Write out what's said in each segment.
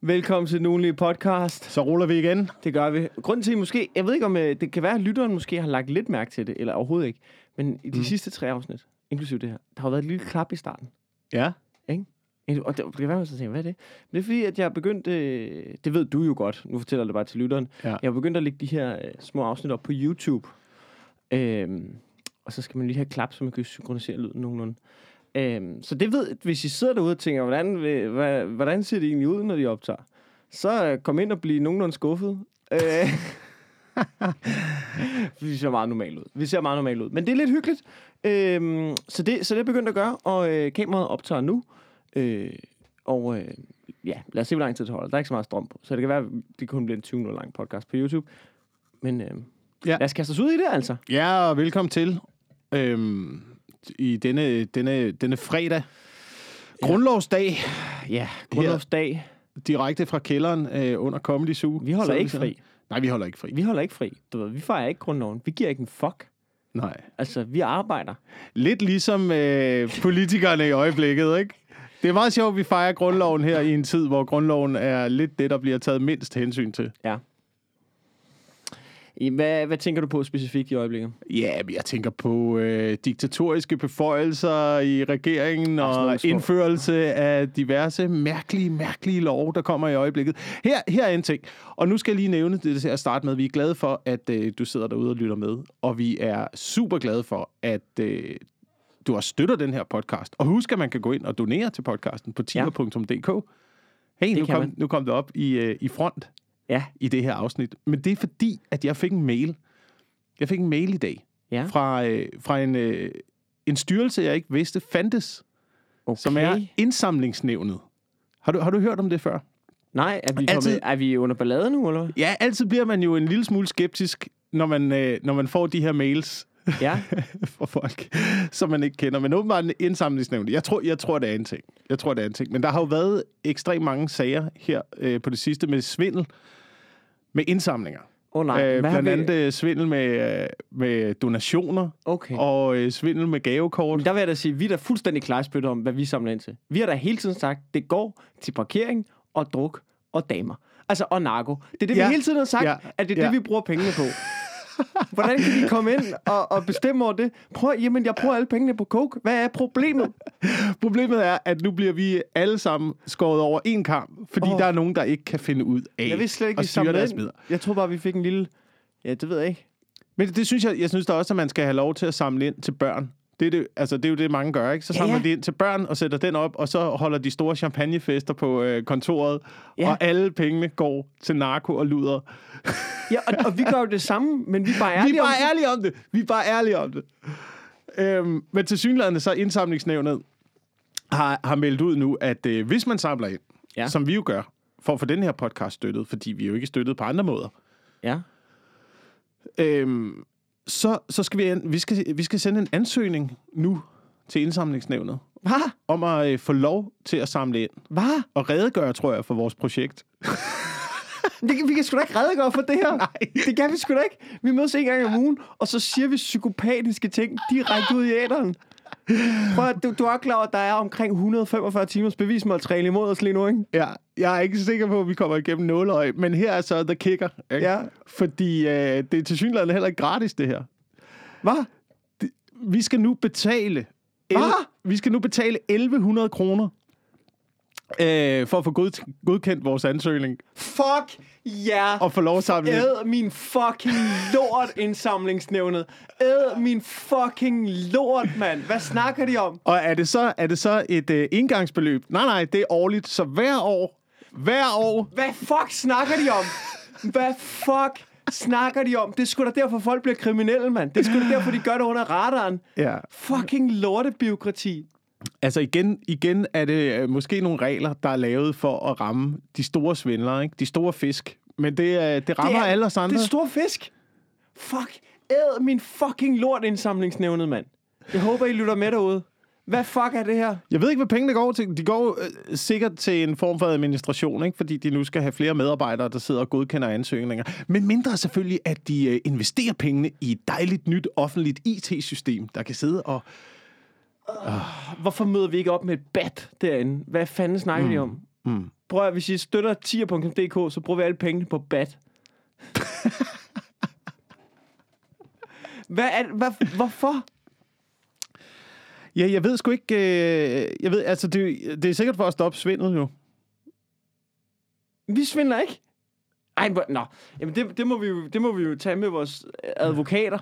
Velkommen til den ugenlige podcast. Så ruller vi igen. Det gør vi. Grunden til måske, jeg ved ikke om det kan være, at lytteren måske har lagt lidt mærke til det, eller overhovedet ikke. Men i de sidste 3 afsnit, inklusive det her, der har været et lille klap i starten. Ja. Ikke? Og det kan være, at man så tænker, hvad er det? Men det er fordi, at jeg har begyndt, det ved du jo godt, nu fortæller jeg det bare til lytteren. Ja. Jeg har begyndt at lægge de her små afsnit op på YouTube. Og så skal man lige have klap, så man kan synkronisere lyden nogenlunde. Så det ved, hvis I sidder derude og tænker, hvordan ser det egentlig ud, når de optager? Så kom ind og bliv nogenlunde skuffet. Vi ser meget normalt ud. Men det er lidt hyggeligt. Så det er begyndt at gøre, og kameraet optager nu. Lad os se, hvor lang tid det holder. Der er ikke så meget strøm på, så det kan være, at det kun bliver en 20 minutter lang podcast på YouTube. Men lad os kaste os ud i det, altså. Ja, og velkommen til i denne fredag. Grundlovsdag. Ja, grundlovsdag. Her, direkte fra kælderen under Comedy Zoo. Vi holder ikke fri. Nej, vi holder ikke fri. Du ved, vi fejrer ikke grundloven. Vi giver ikke en fuck. Nej. Altså, vi arbejder. Lidt ligesom politikerne i øjeblikket, ikke? Det er meget sjovt, at vi fejrer grundloven her i en tid, hvor grundloven er lidt det, der bliver taget mindst hensyn til. Ja. Hvad tænker du på specifikt i øjeblikket? Ja, jeg tænker på diktatoriske beføjelser i regeringen og indførelse af diverse mærkelige love, der kommer i øjeblikket. Her er en ting, og nu skal jeg lige nævne det til at starte med. Vi er glade for, at du sidder derude og lytter med, og vi er super glade for, at du også støtter den her podcast. Og husk, at man kan gå ind og donere til podcasten på tier.dk. Hey, nu kom det op i front. Ja. I det her afsnit. Men det er fordi, at jeg fik en mail. Jeg fik en mail i dag. Ja. Fra en styrelse, jeg ikke vidste fandtes. Okay. Som er Indsamlingsnævnet. Har du hørt om det før? Nej, er vi under ballade nu, eller? Ja, altid bliver man jo en lille smule skeptisk, når man får de her mails. Ja. For folk, som man ikke kender. Men åbenbart en Indsamlingsnævnet. Jeg tror, det er en ting. Men der har jo været ekstremt mange sager her på det sidste med svindel med indsamlinger. Blandt andet svindel med donationer. Okay. Og svindel med gavekort. Men der vil jeg da sige, vi er da fuldstændig klarspytte om, hvad vi samler ind til. Vi har da hele tiden sagt, det går til parkering og druk og damer. Altså, og narko. Det er det, vi hele tiden har sagt, at det er det, vi bruger pengene på. Hvordan kan vi komme ind og bestemme over det? Jeg bruger alle pengene på coke. Hvad er problemet? Problemet er, at nu bliver vi alle sammen skåret over en kamp, fordi der er nogen, der ikke kan finde ud af at styre deres midler. Jeg tror bare, vi fik en lille... Ja, det ved jeg ikke. Men det synes jeg synes da også, at man skal have lov til at samle ind til børn. Det er jo det, mange gør, ikke? Så samler de ind til børn og sætter den op, og så holder de store champagnefester på kontoret, og alle pengene går til narko og luder. Ja, og vi gør jo det samme, men vi er bare ærlige om det. Men til synligheden så Indsamlingsnævnet har meldt ud nu, at hvis man samler ind, som vi jo gør, for at få den her podcast støttet, fordi vi jo ikke er støttet på andre måder, så skal vi skal sende en ansøgning nu til Indsamlingsnævnet. Hvad? Om at få lov til at samle ind. Hvad? Og redegøre, tror jeg, for vores projekt. Vi kan sgu da ikke redegøre for det her. Nej. Det kan vi sgu da ikke. Vi mødes en gang om ugen, og så siger vi psykopatiske ting direkte ud i æteren. Prøv at, du er klar over, at der er omkring 145 timers bevismateriale imod os lige nu, ikke? Ja, jeg er ikke sikker på, at vi kommer igennem nåleøje, men her er så the kicker, ikke? Ja. Fordi det er tilsyneladende heller ikke gratis, det her. Hvad? Vi skal nu betale... Vi skal nu betale 1.100 kroner for at få godkendt vores ansøgning. Fuck ja! Og få lov at samle. Æd min fucking lort, Indsamlingsnævnet. Æd min fucking lort, mand. Hvad snakker de om? Og er det så et engangsbeløb? Nej, det er årligt. Så hver år. Hvad fuck snakker de om? Hvad fuck snakker de om? Det er sgu da derfor, folk bliver kriminelle, mand. Det er sgu da derfor, de gør det under radaren. Ja. Fucking lortebureaukrati. Altså igen er det måske nogle regler, der er lavet for at ramme de store svindlere, ikke? De store fisk. Men det rammer alle os andre. Det er store fisk. Fuck. Æd min fucking lort, Indsamlingsnævnet, mand. Jeg håber, I lytter med derude. Hvad fuck er det her? Jeg ved ikke, hvad pengene går til. De går sikkert til en form for administration, ikke? Fordi de nu skal have flere medarbejdere, der sidder og godkender ansøgninger. Men mindre selvfølgelig, at de investerer pengene i et dejligt nyt offentligt IT-system, der kan sidde og... Hvorfor møder vi ikke op med et bat derinde? Hvad fanden snakker de om? Prøv at, hvis I støtter tier.dk, så bruger vi alle pengene på bat. Hvorfor? Ja, jeg ved sgu ikke... jeg ved, altså, det er sikkert for at stoppe svindel, jo. Vi svindler ikke. Ej, nå. Jamen, det må vi jo tage med vores advokater.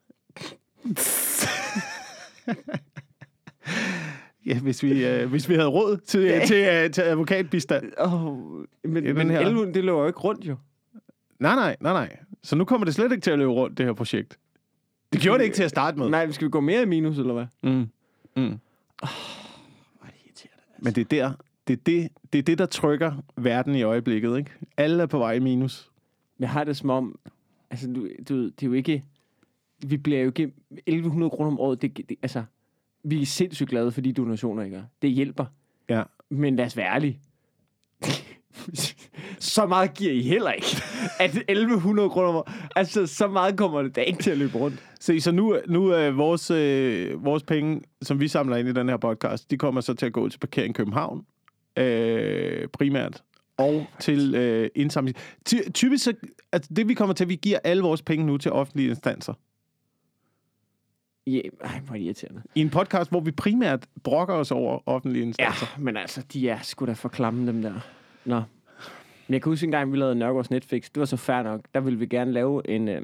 Ja, hvis vi havde råd til advokatbistand. Men Elven, det løber jo ikke rundt, jo. Nej. Så nu kommer det slet ikke til at løbe rundt, det her projekt. Det gjorde det ikke til at starte med. Nej, skal vi gå mere i minus, eller hvad? Hvor er det irriterende. Altså. Men det er det, der trykker verden i øjeblikket, ikke? Alle er på vej i minus. Jeg har det som om, altså, du ved, det er jo ikke... Vi bliver jo ikke 1.100 kroner om året. Altså, vi er sindssygt glade for de donationer, ikke? Det hjælper. Ja. Men lad os være ærlige. Så meget giver I heller ikke. At 1.100 kroner... Altså, så meget kommer det da ikke til at løbe rundt. Så nu er vores penge, som vi samler ind i den her podcast, de kommer så til at gå til parkering i København. Primært. Og til indsamling. Typisk, altså det vi kommer til, vi giver alle vores penge nu til offentlige instanser. Ja, hvor irriterende. I en podcast, hvor vi primært brokker os over offentlige instanser. Ja, men altså, de er sgu da for klamme, dem der. Nå. Men jeg kan huske en gang, vi lavede Nørgaards Netflix. Det var så fair nok. Der ville vi gerne lave en... Det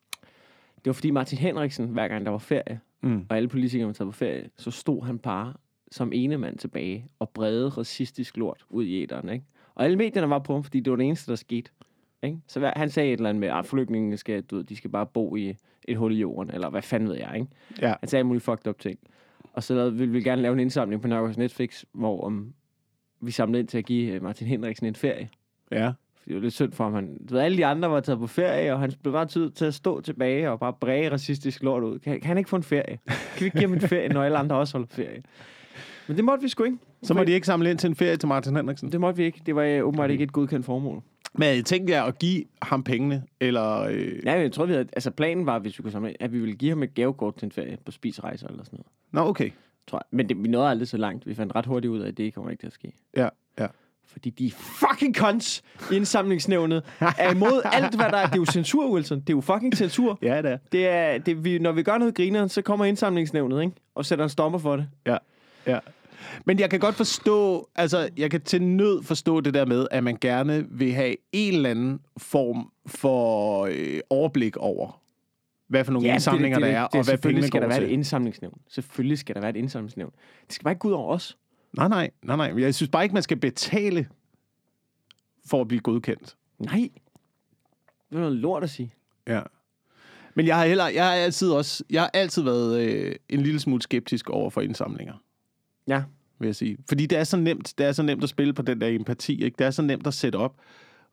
var fordi Martin Henriksen, hver gang der var ferie, og alle politikere var taget på ferie, så stod han bare som ene mand tilbage og bredede racistisk lort ud i æteren, ikke? Og alle medierne var på ham, fordi det var det eneste, der skete. Ikke? Så han sagde et eller andet med, at flygtningene de skal bare bo i et hul i jorden, eller hvad fanden ved jeg, ikke? Ja. Han sagde alle mulige fucked up ting. Og så ville vi gerne lave en indsamling på Nørgaards Netflix, hvor vi samlede ind til at give Martin Henriksen en ferie. Ja. Det var lidt synd for ham. Alle de andre var taget på ferie, og han blev bare tid til at stå tilbage og bare bræge racistisk lort ud. Kan han ikke få en ferie? Kan vi ikke give ham en ferie, når alle andre også holder ferie? Men det måtte vi sgu ikke. Så må de ikke samle ind til en ferie til Martin Henriksen? Det måtte vi ikke. Det var åbenbart ikke et godkendt formål. Men jeg tænkte at give ham pengene, eller... Ja, jeg tror, altså planen var, hvis vi kunne samle ind, at vi ville give ham et gavekort til en ferie på spisrejser eller sådan noget. Nå, okay. Tror jeg. Men vi nåede aldrig så langt. Vi fandt ret hurtigt ud af, at det kommer ikke til at ske. Ja. Fordi de fucking cons i indsamlingsnævnet er imod alt, hvad der er. Det er jo censur, Wilson. Det er jo fucking censur. Ja, det er. Når vi gør noget griner, så kommer indsamlingsnævnet, ikke? Og sætter en stopper for det. Ja. Men jeg kan godt forstå, altså jeg kan til nød forstå det der med, at man gerne vil have en eller anden form for overblik over, hvad for nogle indsamlinger der er, og hvad pengene går til. Selvfølgelig skal der være et indsamlingsnævn. Selvfølgelig skal der være et indsamlingsnævn. Det skal bare ikke gå ud over os. Nej. Jeg synes bare ikke, man skal betale for at blive godkendt. Nej. Det er noget lort at sige. Ja. Men jeg har altid været en lille smule skeptisk over for indsamlinger. Ja. Vil jeg sige. Fordi det er så nemt at spille på den der empati, ikke? Det er så nemt at sætte op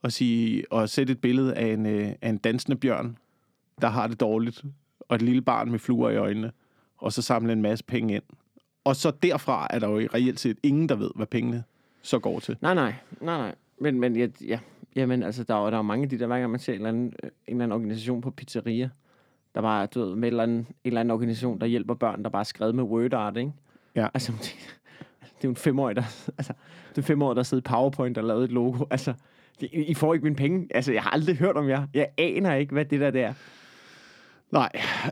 og sætte et billede af en dansende bjørn, der har det dårligt, og et lille barn med fluer i øjnene, og så samle en masse penge ind. Og så derfra er der jo reelt set ingen, der ved, hvad pengene så går til. Nej. Men ja. Jamen, altså, der er jo mange af de der, hver gang man ser en eller anden organisation på pizzeria, der bare, du ved, med en eller anden organisation, der hjælper børn, der bare er skrevet med word art, ikke? Ja. Altså, det er jo en 5-årig, der sidder i PowerPoint og lavet et logo. Altså, I får ikke mine penge. Altså, jeg har aldrig hørt om jer. Jeg aner ikke, hvad det der er. Nej,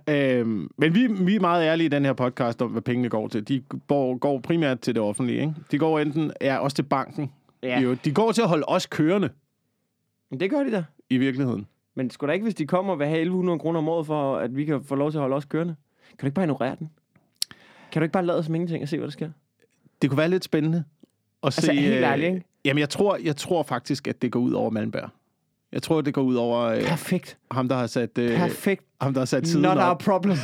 men vi er meget ærlige i den her podcast om, hvad pengene går til. De går primært til det offentlige, ikke? De går enten også til banken. Ja. De går til at holde os kørende. Men det gør de da. I virkeligheden. Men sgu da ikke, hvis de kommer og vil have 1.100 kroner om året for, at vi kan få lov til at holde os kørende? Kan du ikke bare ignorere den? Kan du ikke bare lade som ingenting og se, hvad der sker? Det kunne være lidt spændende at se... Helt ærligt, ikke? Jamen, jeg tror faktisk, at det går ud over Malmberg. Jeg tror, det går ud over... Perfekt. Ham, der har sat... Perfekt. Ham, der har sat tiden Not op. our problem.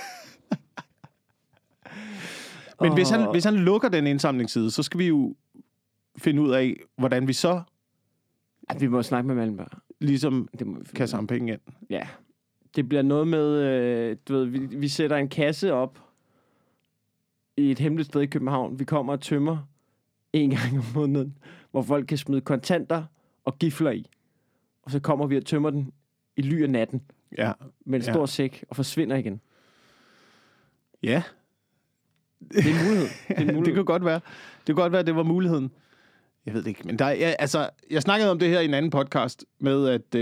Men hvis han lukker den indsamlingsside, så skal vi jo finde ud af, hvordan vi så... At vi må snakke med Malmberg. Ligesom kan samle penge ind. Ja. Det bliver noget med... du ved, vi sætter en kasse op i et hemmeligt sted i København. Vi kommer og tømmer en gang om måneden, hvor folk kan smide kontanter og gifler i. Og så kommer vi og tømmer den i ly af natten. Ja. Med en stor sæk og forsvinder igen. Ja. Det er en mulighed. Det kunne godt være. Det kunne godt være, at det var muligheden. Jeg ved det ikke, men jeg snakkede om det her i en anden podcast, med at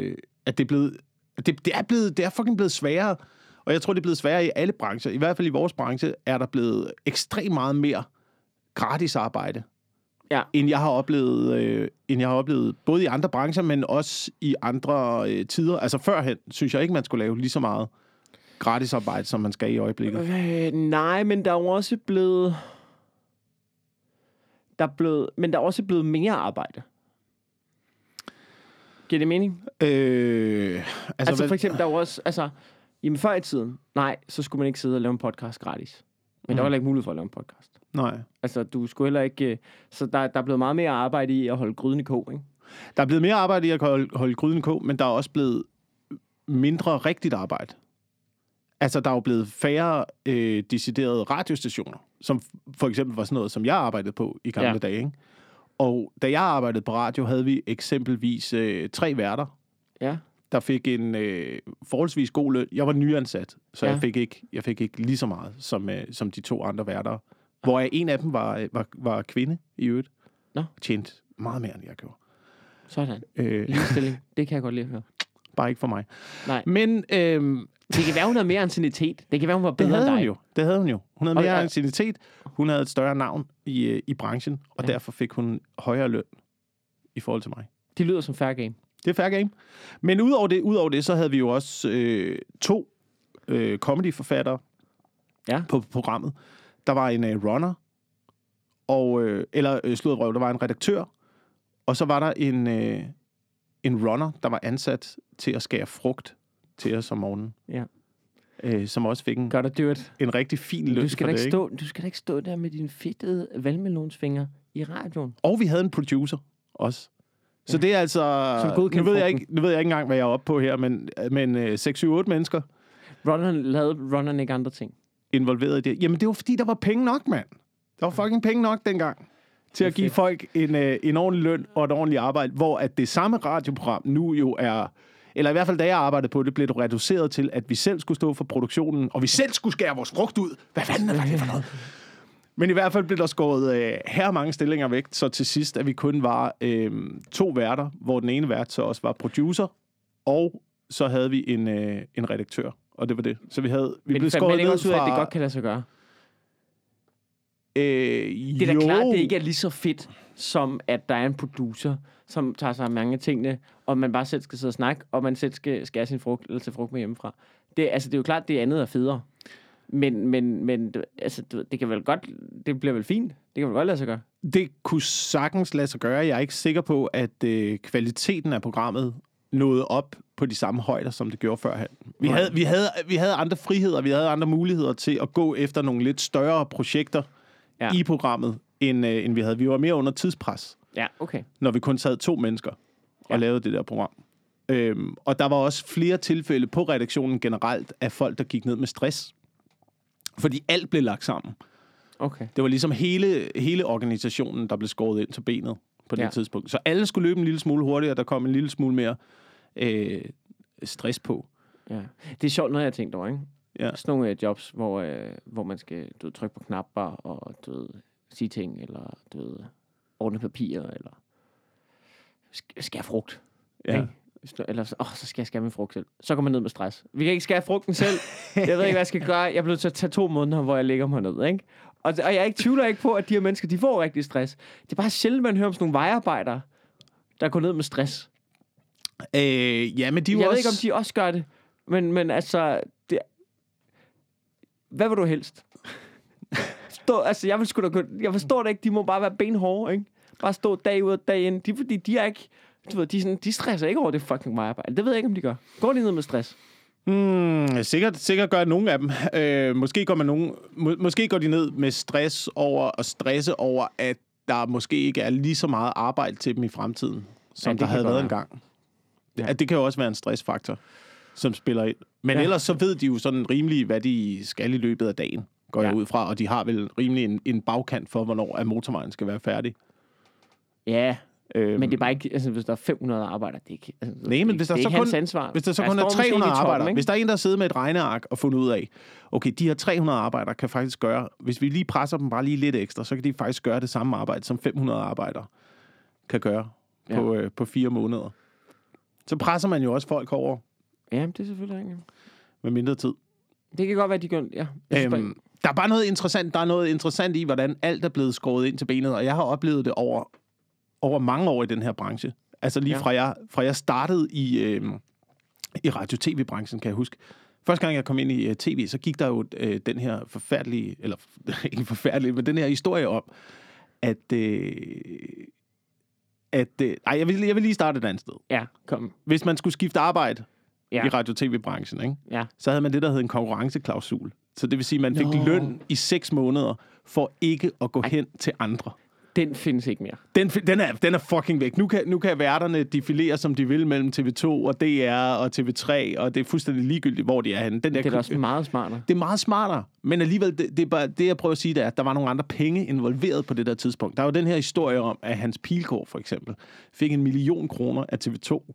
det er fucking blevet sværere, og jeg tror, det er blevet sværere i alle brancher. I hvert fald i vores branche er der blevet ekstremt meget mere gratis arbejde, end jeg har oplevet både i andre brancher, men også i andre tider. Altså førhen, synes jeg ikke, man skulle lave lige så meget gratis arbejde, som man skal i øjeblikket. Nej, men der er jo også blevet... Men der er også blevet mere arbejde. Giver det mening? Altså for eksempel, der var også... Altså, jamen før i tiden, så skulle man ikke sidde og lave en podcast gratis. Men der var heller ikke mulighed for at lave en podcast. Nej. Altså, du skulle heller ikke... Så der er blevet meget mere arbejde i at holde gryden i kog, ikke? Der er blevet mere arbejde i at holde gryden i kog, men der er også blevet mindre rigtigt arbejde. Altså, der er jo blevet færre deciderede radiostationer, som for eksempel var sådan noget, som jeg arbejdede på i gamle dage, ikke? Og da jeg arbejdede på radio, havde vi eksempelvis 3 værter, der fik en forholdsvis god løn. Jeg var nyansat, så jeg fik ikke lige så meget som de 2 andre værter. Hvor en af dem var kvinde i øvrigt. Tjente meget mere, end jeg gjorde. Sådan. Ligestilling. Det kan jeg godt lide at høre. Bare ikke for mig. Nej. Men... det kan være, hun havde mere anciennitet. Det kan være, hun var bedre end dig. Det havde hun jo. Hun havde mere anciennitet. Hun havde et større navn i branchen, og derfor fik hun højere løn i forhold til mig. Det lyder som fair game. Det er fair game. Men udover det, så havde vi jo også 2 comedy-forfattere på programmet. Der var en runner, der var en redaktør, og så var der en runner, der var ansat til at skære frugt til os om morgenen. Ja. Som også fik en rigtig fin løn for det, ikke? Du skal da ikke stå der med dine fedtede valmelonsfingre i radioen. Og vi havde en producer også. Så det er altså... Nu ved jeg ikke engang, hvad jeg er oppe på her, men 6-7-8 mennesker. Lavede runneren ikke andre ting? Involveret i det. Jamen, det var fordi, der var penge nok, mand. Der var fucking penge nok dengang til at give folk en ordentlig løn og et ordentligt arbejde, hvor at det samme radioprogram nu jo er... Eller i hvert fald, da jeg arbejdede på det, blev det reduceret til, at vi selv skulle stå for produktionen, og vi selv skulle skære vores frugt ud. Hvad fanden er det for noget? Men i hvert fald blev der skåret her mange stillinger væk, så til sidst, at vi kun var 2 værter, hvor den ene vært så også var producer, og så havde vi en redaktør, og det var det. Så vi blev skåret ned også ud af, at det godt kan lade sig gøre? Det er da klart, at det ikke er lige så fedt, som at der er en producer, som tager sig af mange tingene, og man bare selv skal sidde og snakke, og man selv skal skære sin frugt, eller tage frugt med hjemmefra. Det er jo klart, at det andet er federe. Men altså, det kan vel godt, det bliver vel fint. Det kan vel godt lade sig gøre. Det kunne sagtens lade sig gøre. Jeg er ikke sikker på, at kvaliteten af programmet nåede op på de samme højder, som det gjorde førhen. Vi havde andre friheder, vi havde andre muligheder til at gå efter nogle lidt større projekter i programmet, end vi havde. Vi var mere under tidspres. Ja, okay. Når vi kun sad 2 mennesker og lavede det der program. Og der var også flere tilfælde på redaktionen generelt af folk, der gik ned med stress. Fordi alt blev lagt sammen. Okay. Det var ligesom hele organisationen, der blev skåret ind til benet på det tidspunkt. Så alle skulle løbe en lille smule hurtigere, der kom en lille smule mere stress på. Ja. Det er sjovt, når jeg har tænkt over, ikke? Ja. Sådan nogle jobs, hvor man skal trykke på knapper og sige ting, eller ordne papirer, eller skære frugt. Ja. Ikke? Eller så skal jeg skære min frugt selv. Så går man ned med stress. Vi kan ikke skære frugten selv. Jeg ved ikke, hvad jeg skal gøre. Jeg er blevet til at tage 2 måneder, hvor jeg ligger mig ned, ikke? Og jeg tvivler ikke på, at de her mennesker, de får rigtig stress. Det er bare sjældent, man hører om sådan nogle vejarbejdere, der går ned med stress. Ja, men de jeg ved ikke, om de også gør det. Men altså... Hvad vil du helst? Jeg forstår det ikke. De må bare være benhårde, ikke? Bare stå dag ud og dag ind. Fordi de er ikke... De stresser ikke over det fucking vejarbejde. Det ved jeg ikke, om de gør. Går de ned med stress? Sikkert gør nogle af dem. Måske går de ned med stress over og stresse over, at der måske ikke er lige så meget arbejde til dem i fremtiden, som der havde været engang. Ja. Det kan jo også være en stressfaktor, som spiller ind. Men ellers så ved de jo sådan rimelig, hvad de skal i løbet af dagen, går jeg ud fra. Og de har vel rimelig en bagkant for, hvornår at motorvejen skal være færdig. Ja, men det er bare ikke, altså hvis der er 500 arbejdere, det er ikke, altså, nej, men hvis der så kun er 300 arbejdere, hvis der er en, der sidder med et regneark og fundet ud af, okay, de her 300 arbejdere kan faktisk gøre, hvis vi lige presser dem bare lige lidt ekstra, så kan de faktisk gøre det samme arbejde som 500 arbejdere. kan gøre på 4 måneder. Så presser man jo også folk over. Ja, det er selvfølgelig ikke. Med mindre tid. Det kan godt være, de gør... Ja. Der er bare noget interessant. Der er noget interessant i, hvordan alt er blevet skåret ind til benet, og jeg har oplevet det over mange år i den her branche. Altså lige fra jeg startede i radio-tv-branchen, kan jeg huske. Første gang, jeg kom ind i tv, så gik der jo den her forfærdelige, eller ikke forfærdelige, men den her historie om, at jeg vil lige starte et andet sted. Ja, kom. Hvis man skulle skifte arbejde i radio-tv-branchen, ikke? Ja. Så havde man det, der hed en konkurrenceklausul. Så det vil sige, at man fik løn i 6 måneder for ikke at gå hen til andre. Den findes ikke mere. Den er fucking væk. Nu kan værterne defilere, som de vil, mellem TV2 og DR og TV3, og det er fuldstændig ligegyldigt, hvor de er henne. Det er da også meget smartere. Det er meget smartere, men alligevel, det er bare det, jeg prøver at sige, det er, at der var nogle andre penge involveret på det der tidspunkt. Der var den her historie om, at Hans Pilgaard, for eksempel, fik 1 million kroner af TV2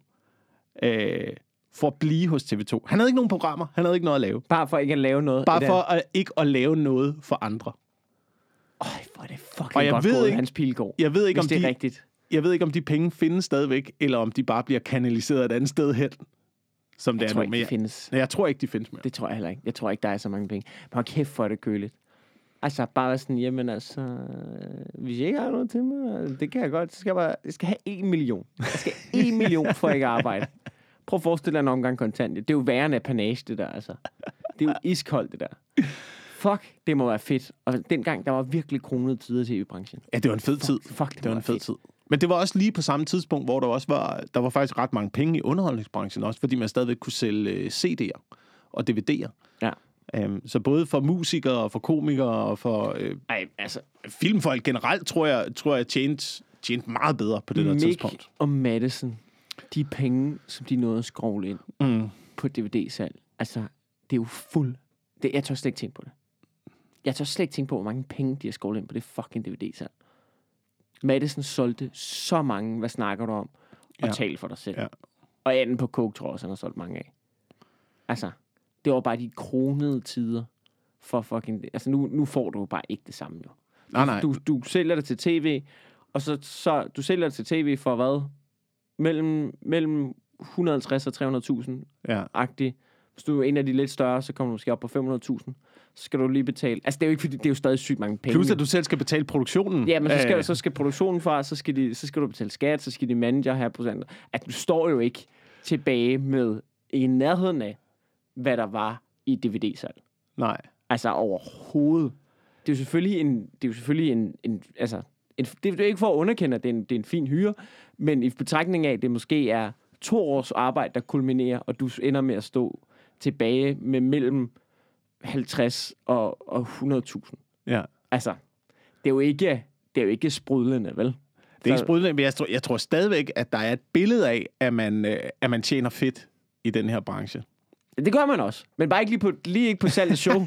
for at blive hos TV2. Han havde ikke nogen programmer, han havde ikke noget at lave. Bare for ikke at lave noget? Bare for ikke at lave noget for andre. Hvor er det fucking godt gået, Hans Pilgaard. Jeg ved ikke, om det er rigtigt. Jeg ved ikke, om de penge findes stadigvæk, eller om de bare bliver kanaliseret et andet sted hen. Som det jeg tror ikke, de findes. Nej, jeg tror ikke, de findes mere. Det tror jeg heller ikke. Jeg tror ikke, der er så mange penge. Men hold kæft, for det køligt. Altså, bare sådan, jamen altså... Hvis jeg ikke har noget til mig, det kan jeg godt. Så skal jeg skal have 1 million. Jeg skal have 1 million for ikke at arbejde. Prøv at forestille dig en omgang kontant. Det er jo værre end apanage, det der, altså. Det er jo iskoldt, det der. Fuck, det må være fedt. Og dengang, der var virkelig kronede tider til TV-branchen. Ja, det var en fed tid. Fuck, det var en fed tid. Men det var også lige på samme tidspunkt, hvor der var faktisk ret mange penge i underholdningsbranchen også, fordi man stadigvæk kunne sælge CD'er og DVD'er. Ja. Så både for musikere og for komikere og for filmfolk generelt, tror jeg tjente meget bedre på det der tidspunkt. Mick og Madison, de penge, som de nåede at skrovle ind på DVD-salg, altså, det er jo jeg tør slet ikke tænke på det. Jeg tør slet ikke tænke på, hvor mange penge de har skålet ind på det fucking DVD-salg. Madison solgte så mange, hvad snakker du om? Og tal for dig selv. Ja. Og anden på Coke, tror jeg også, han har solgt mange af. Altså, det var bare de kronede tider for fucking... Altså, nu får du bare ikke det samme, jo. Nej. Du sælger det til tv, og så du sælger det til tv for hvad? Mellem 150 og 300.000-agtigt. Hvis du er en af de lidt større, så kommer du måske op på 500.000. Så skal du lige betale... Altså, det er jo ikke, fordi det er jo stadig sygt mange penge. Plus, at du selv skal betale produktionen. Ja, men så skal produktionen fra, så skal du betale skat, så skal de manager have procenter. At du står jo ikke tilbage med i nærheden af, hvad der var i DVD-salg. Nej. Altså, overhovedet. Det er jo selvfølgelig en altså... Det er ikke for at underkende, at det er en fin hyre, men i betragtning af, at det måske er 2 års arbejde, der kulminerer, og du ender med at stå tilbage med mellem 50 og 100.000. Ja. Altså, det er jo ikke sprudlende, vel? Det er ikke sprudlende, men jeg tror stadigvæk, at der er et billede af, at man tjener fedt i den her branche. Det gør man også, men bare ikke på salgets show.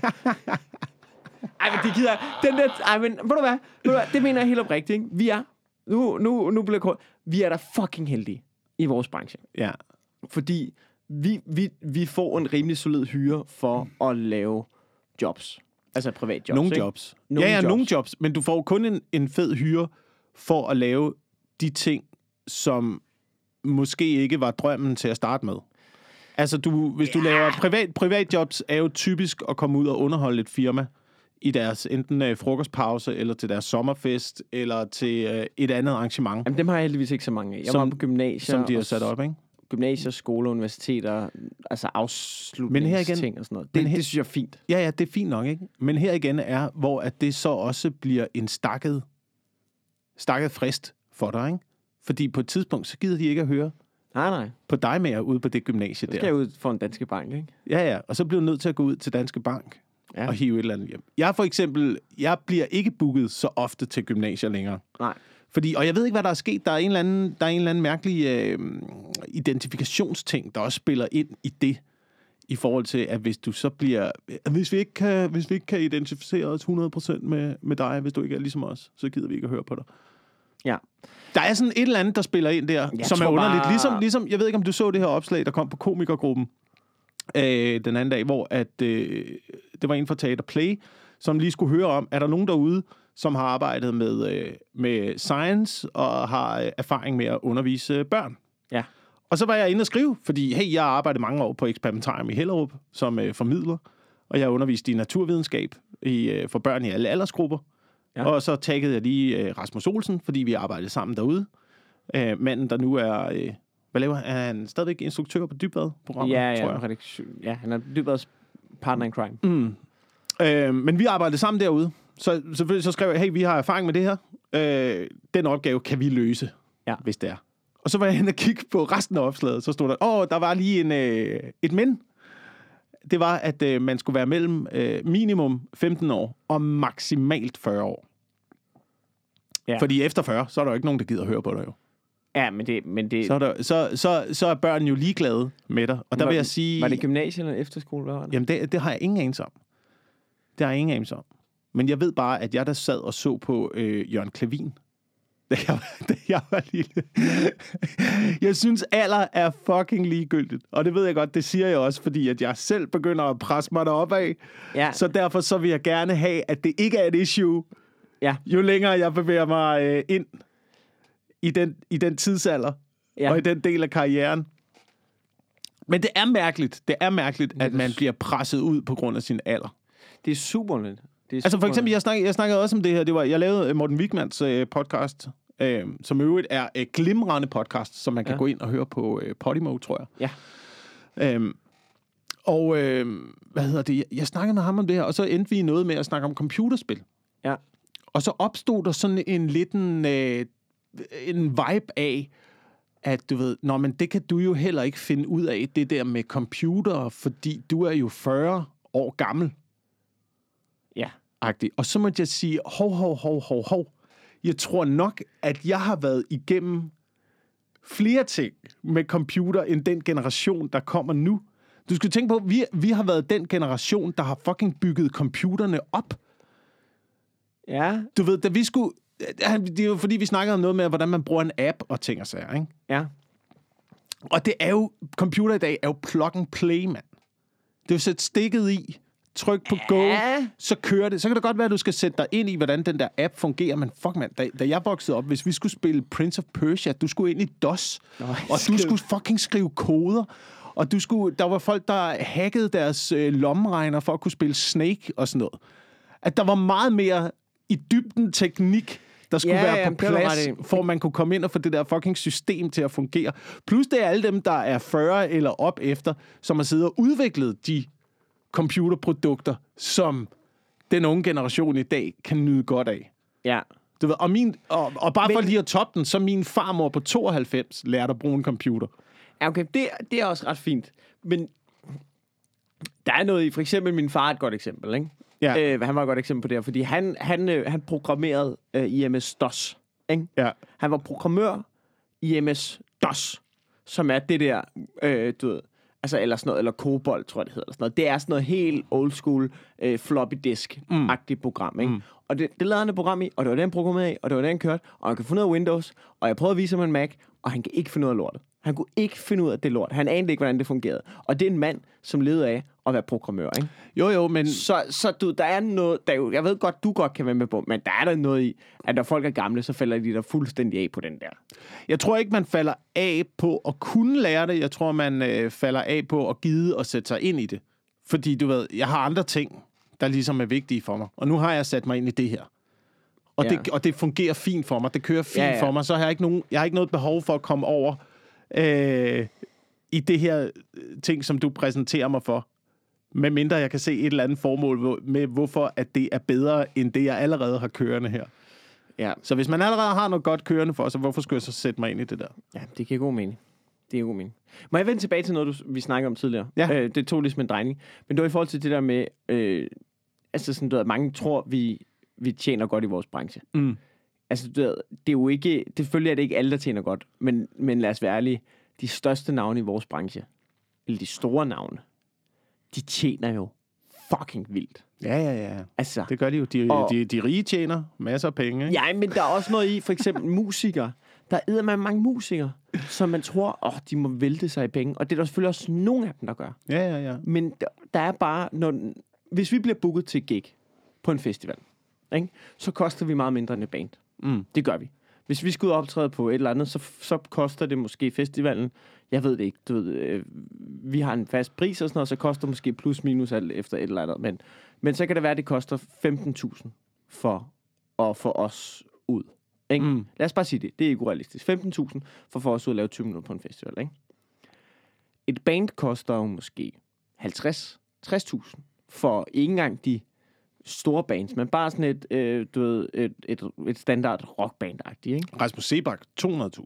Ej, men det gider... ved du hvad? Det mener jeg helt oprigtigt, ikke? Vi er... Nu bliver det kort. Vi er da fucking heldige i vores branche. Ja. Fordi vi får en rimelig solid hyre for at lave jobs. Altså privatjobs, nogle jobs. Nogle jobs. Men du får kun en fed hyre for at lave de ting, som måske ikke var drømmen til at starte med. Altså, hvis du laver privatjobs, er jo typisk at komme ud og underholde et firma i deres enten frokostpause, eller til deres sommerfest, eller til et andet arrangement. Jamen, dem har jeg heldigvis ikke så mange af. Jeg var på gymnasier. Som de har sat op, ikke? Gymnasier, skoler, universiteter, altså afslutningsting og sådan noget. Det synes jeg er fint. Ja, det er fint nok, ikke? Men her igen er, hvor at det så også bliver en stakket frist for dig, ikke? Fordi på et tidspunkt, så gider de ikke at høre Nej. på dig mere ude på det gymnasie der. Så skal jeg ud for en Danske Bank, ikke? Ja, og så bliver du nødt til at gå ud til Danske Bank og hive et eller andet hjem. Jeg bliver ikke booket så ofte til gymnasier længere. Nej. Og jeg ved ikke, hvad der er sket. Der er en eller anden mærkelig identifikationsting, der også spiller ind i det, i forhold til, at hvis du så bliver... Hvis vi ikke kan identificere os 100% med dig, hvis du ikke er ligesom os, så gider vi ikke at høre på dig. Ja. Der er sådan et eller andet, der spiller ind der, som er underligt. Ligesom, jeg ved ikke, om du så det her opslag, der kom på Komikergruppen den anden dag, hvor at, det var en fra Teater Play, som lige skulle høre om, er der nogen derude, som har arbejdet med science og har erfaring med at undervise børn. Ja. Og så var jeg inde og skrive, fordi hey, jeg har arbejdet mange år på Experimentarium i Hellerup som formidler, og jeg har undervist i naturvidenskab for børn i alle aldersgrupper. Ja. Og så taggede jeg lige Rasmus Olsen, fordi vi arbejdede sammen derude. Manden, der nu er... hvad laver han? Er han stadigvæk instruktør på Dybvad-programmet, tror jeg? Ja, han er Dybvads partner in crime. Men vi arbejdede sammen derude. Så selvfølgelig så skrev jeg, hey, vi har erfaring med det her. Den opgave kan vi løse, hvis det er. Og så var jeg hen og kigge på resten af opslaget. Så stod der, der var lige et men. Det var, at man skulle være mellem minimum 15 år og maksimalt 40 år. Ja. Fordi efter 40, så er der jo ikke nogen, der gider at høre på dig jo. Ja, men det... Så er børn jo ligeglade med dig. Og der vil jeg sige... Var det gymnasie eller efterskole? Hvad var det? Jamen, det har jeg ingen anelse om. Det har jeg ingen anelse om. Men jeg ved bare, at jeg der sad og så på Jørgen Clevin, da jeg var lille. Jeg synes, alder er fucking ligegyldigt. Og det ved jeg godt, det siger jeg også, fordi at jeg selv begynder at presse mig deroppe af. Ja. Så derfor så vil jeg gerne have, at det ikke er et issue, jo længere jeg bevæger mig ind i den tidsalder, og i den del af karrieren. Men det er mærkeligt, at man bliver presset ud på grund af sin alder. Det er super lidt. Altså for eksempel, jeg snakkede også om det her. Jeg lavede Morten Wigmans podcast, som i øvrigt er et glimrende podcast, som man kan gå ind og høre på Podimo, tror jeg. Ja. Hvad hedder det? Jeg snakkede med ham om det her, og så endte vi noget med at snakke om computerspil. Ja. Og så opstod der sådan en vibe af, at du ved, men det kan du jo heller ikke finde ud af, det der med computer, fordi du er jo 40 år gammel. Ja. Og så måtte jeg sige, hov. Jeg tror nok, at jeg har været igennem flere ting med computer, end den generation, der kommer nu. Du skal tænke på, vi har været den generation, der har fucking bygget computerne op. Ja. Du ved, da vi skulle... Det er jo fordi, vi snakkede om noget med, hvordan man bruger en app og ting og sager, ikke? Ja. Og det er jo... Computer i dag er jo plug and play, mand. Det er jo sæt stikket i, tryk på go, så kører det. Så kan det godt være, at du skal sætte dig ind i, hvordan den der app fungerer, men fuck, mand, da jeg voksede op, hvis vi skulle spille Prince of Persia, du skulle ind i DOS, og du skulle fucking skrive koder, og der var folk, der hackede deres lommeregner for at kunne spille Snake og sådan noget. At der var meget mere i dybden teknik, der skulle være på plads, for man kunne komme ind og få det der fucking system til at fungere. Plus det er alle dem, der er 40 eller op efter, som har siddet og udviklet de computerprodukter, som den unge generation i dag kan nyde godt af. Ja. Du ved, og bare for lige at toppe den, så min farmor på 92 lærte at bruge en computer. Ja, okay, det er også ret fint. Men der er noget i, for eksempel min far er et godt eksempel, ikke? Ja. Han var et godt eksempel på det her, fordi han programmerede i MS-DOS, ikke? Ja. Han var programmør i MS-DOS, som er det der, du ved, altså, eller sådan noget, eller Cobol, tror jeg, det hedder, eller sådan noget. Det er sådan noget helt old school floppy disk-agtigt program, ikke? Og det lavede han et program i, og det var det, han programmerede i, og det var det, han kørte, og han kan finde ud af Windows, og jeg prøvede at vise ham en Mac, og han kan ikke finde ud af lortet. Han kunne ikke finde ud af det lort. Han anede ikke, hvordan det fungerede. Og det er en mand, som levede af at være programmør, ikke? Jo, men... Så du, der er noget... jeg ved godt, du godt kan være med på, men der er der noget i, at når folk er gamle, så falder de der fuldstændig af på den der. Jeg tror ikke, man falder af på at kunne lære det. Jeg tror, man falder af på at gide og sætte sig ind i det. Fordi, du ved, jeg har andre ting, der ligesom er vigtige for mig. Og nu har jeg sat mig ind i det her. Og det fungerer fint for mig. Det kører fint for mig. Så har jeg har ikke noget behov for at komme over i det her ting, som du præsenterer mig for. Medmindre jeg kan se et eller andet formål med, hvorfor at det er bedre, end det, jeg allerede har kørende her. Ja. Så hvis man allerede har noget godt kørende for, så hvorfor skulle jeg så sætte mig ind i det der? Ja, det giver god mening. Må jeg vende tilbage til noget, vi snakkede om tidligere? Ja. Det tog ligesom en drejning. Men det var i forhold til det der med, altså sådan, at mange tror, vi tjener godt i vores branche. Mm. Altså, det er jo ikke... Selvfølgelig er det ikke alle, der tjener godt. Men lad os være ærlige. De største navne i vores branche, eller de store navne, de tjener jo fucking vildt. Ja. Altså, det gør de jo. De rige tjener masser af penge, ikke? Ja, men der er også noget i, for eksempel musikere. Der er man mange musikere, som man tror, de må vælte sig i penge. Og det er der selvfølgelig også nogle af dem, der gør. Ja. Men der er bare... hvis vi bliver booket til gig på en festival, ikke? Så koster vi meget mindre end et band. Det gør vi. Hvis vi skal ud og optræde på et eller andet, så koster det måske festivalen. Jeg ved det ikke. Du ved, vi har en fast pris og sådan noget, så koster måske plus minus alt efter et eller andet. Men så kan det være, at det koster 15.000 for at få os ud. Ikke? Lad os bare sige det. Det er ikke urealistisk. 15.000 for at få os ud og lave 20 minutter på en festival. Ikke? Et band koster jo måske 50-60.000 for ikke engang de store bands, men bare sådan et standard rockband-agtigt, ikke? Rasmus Sebak, 200.000.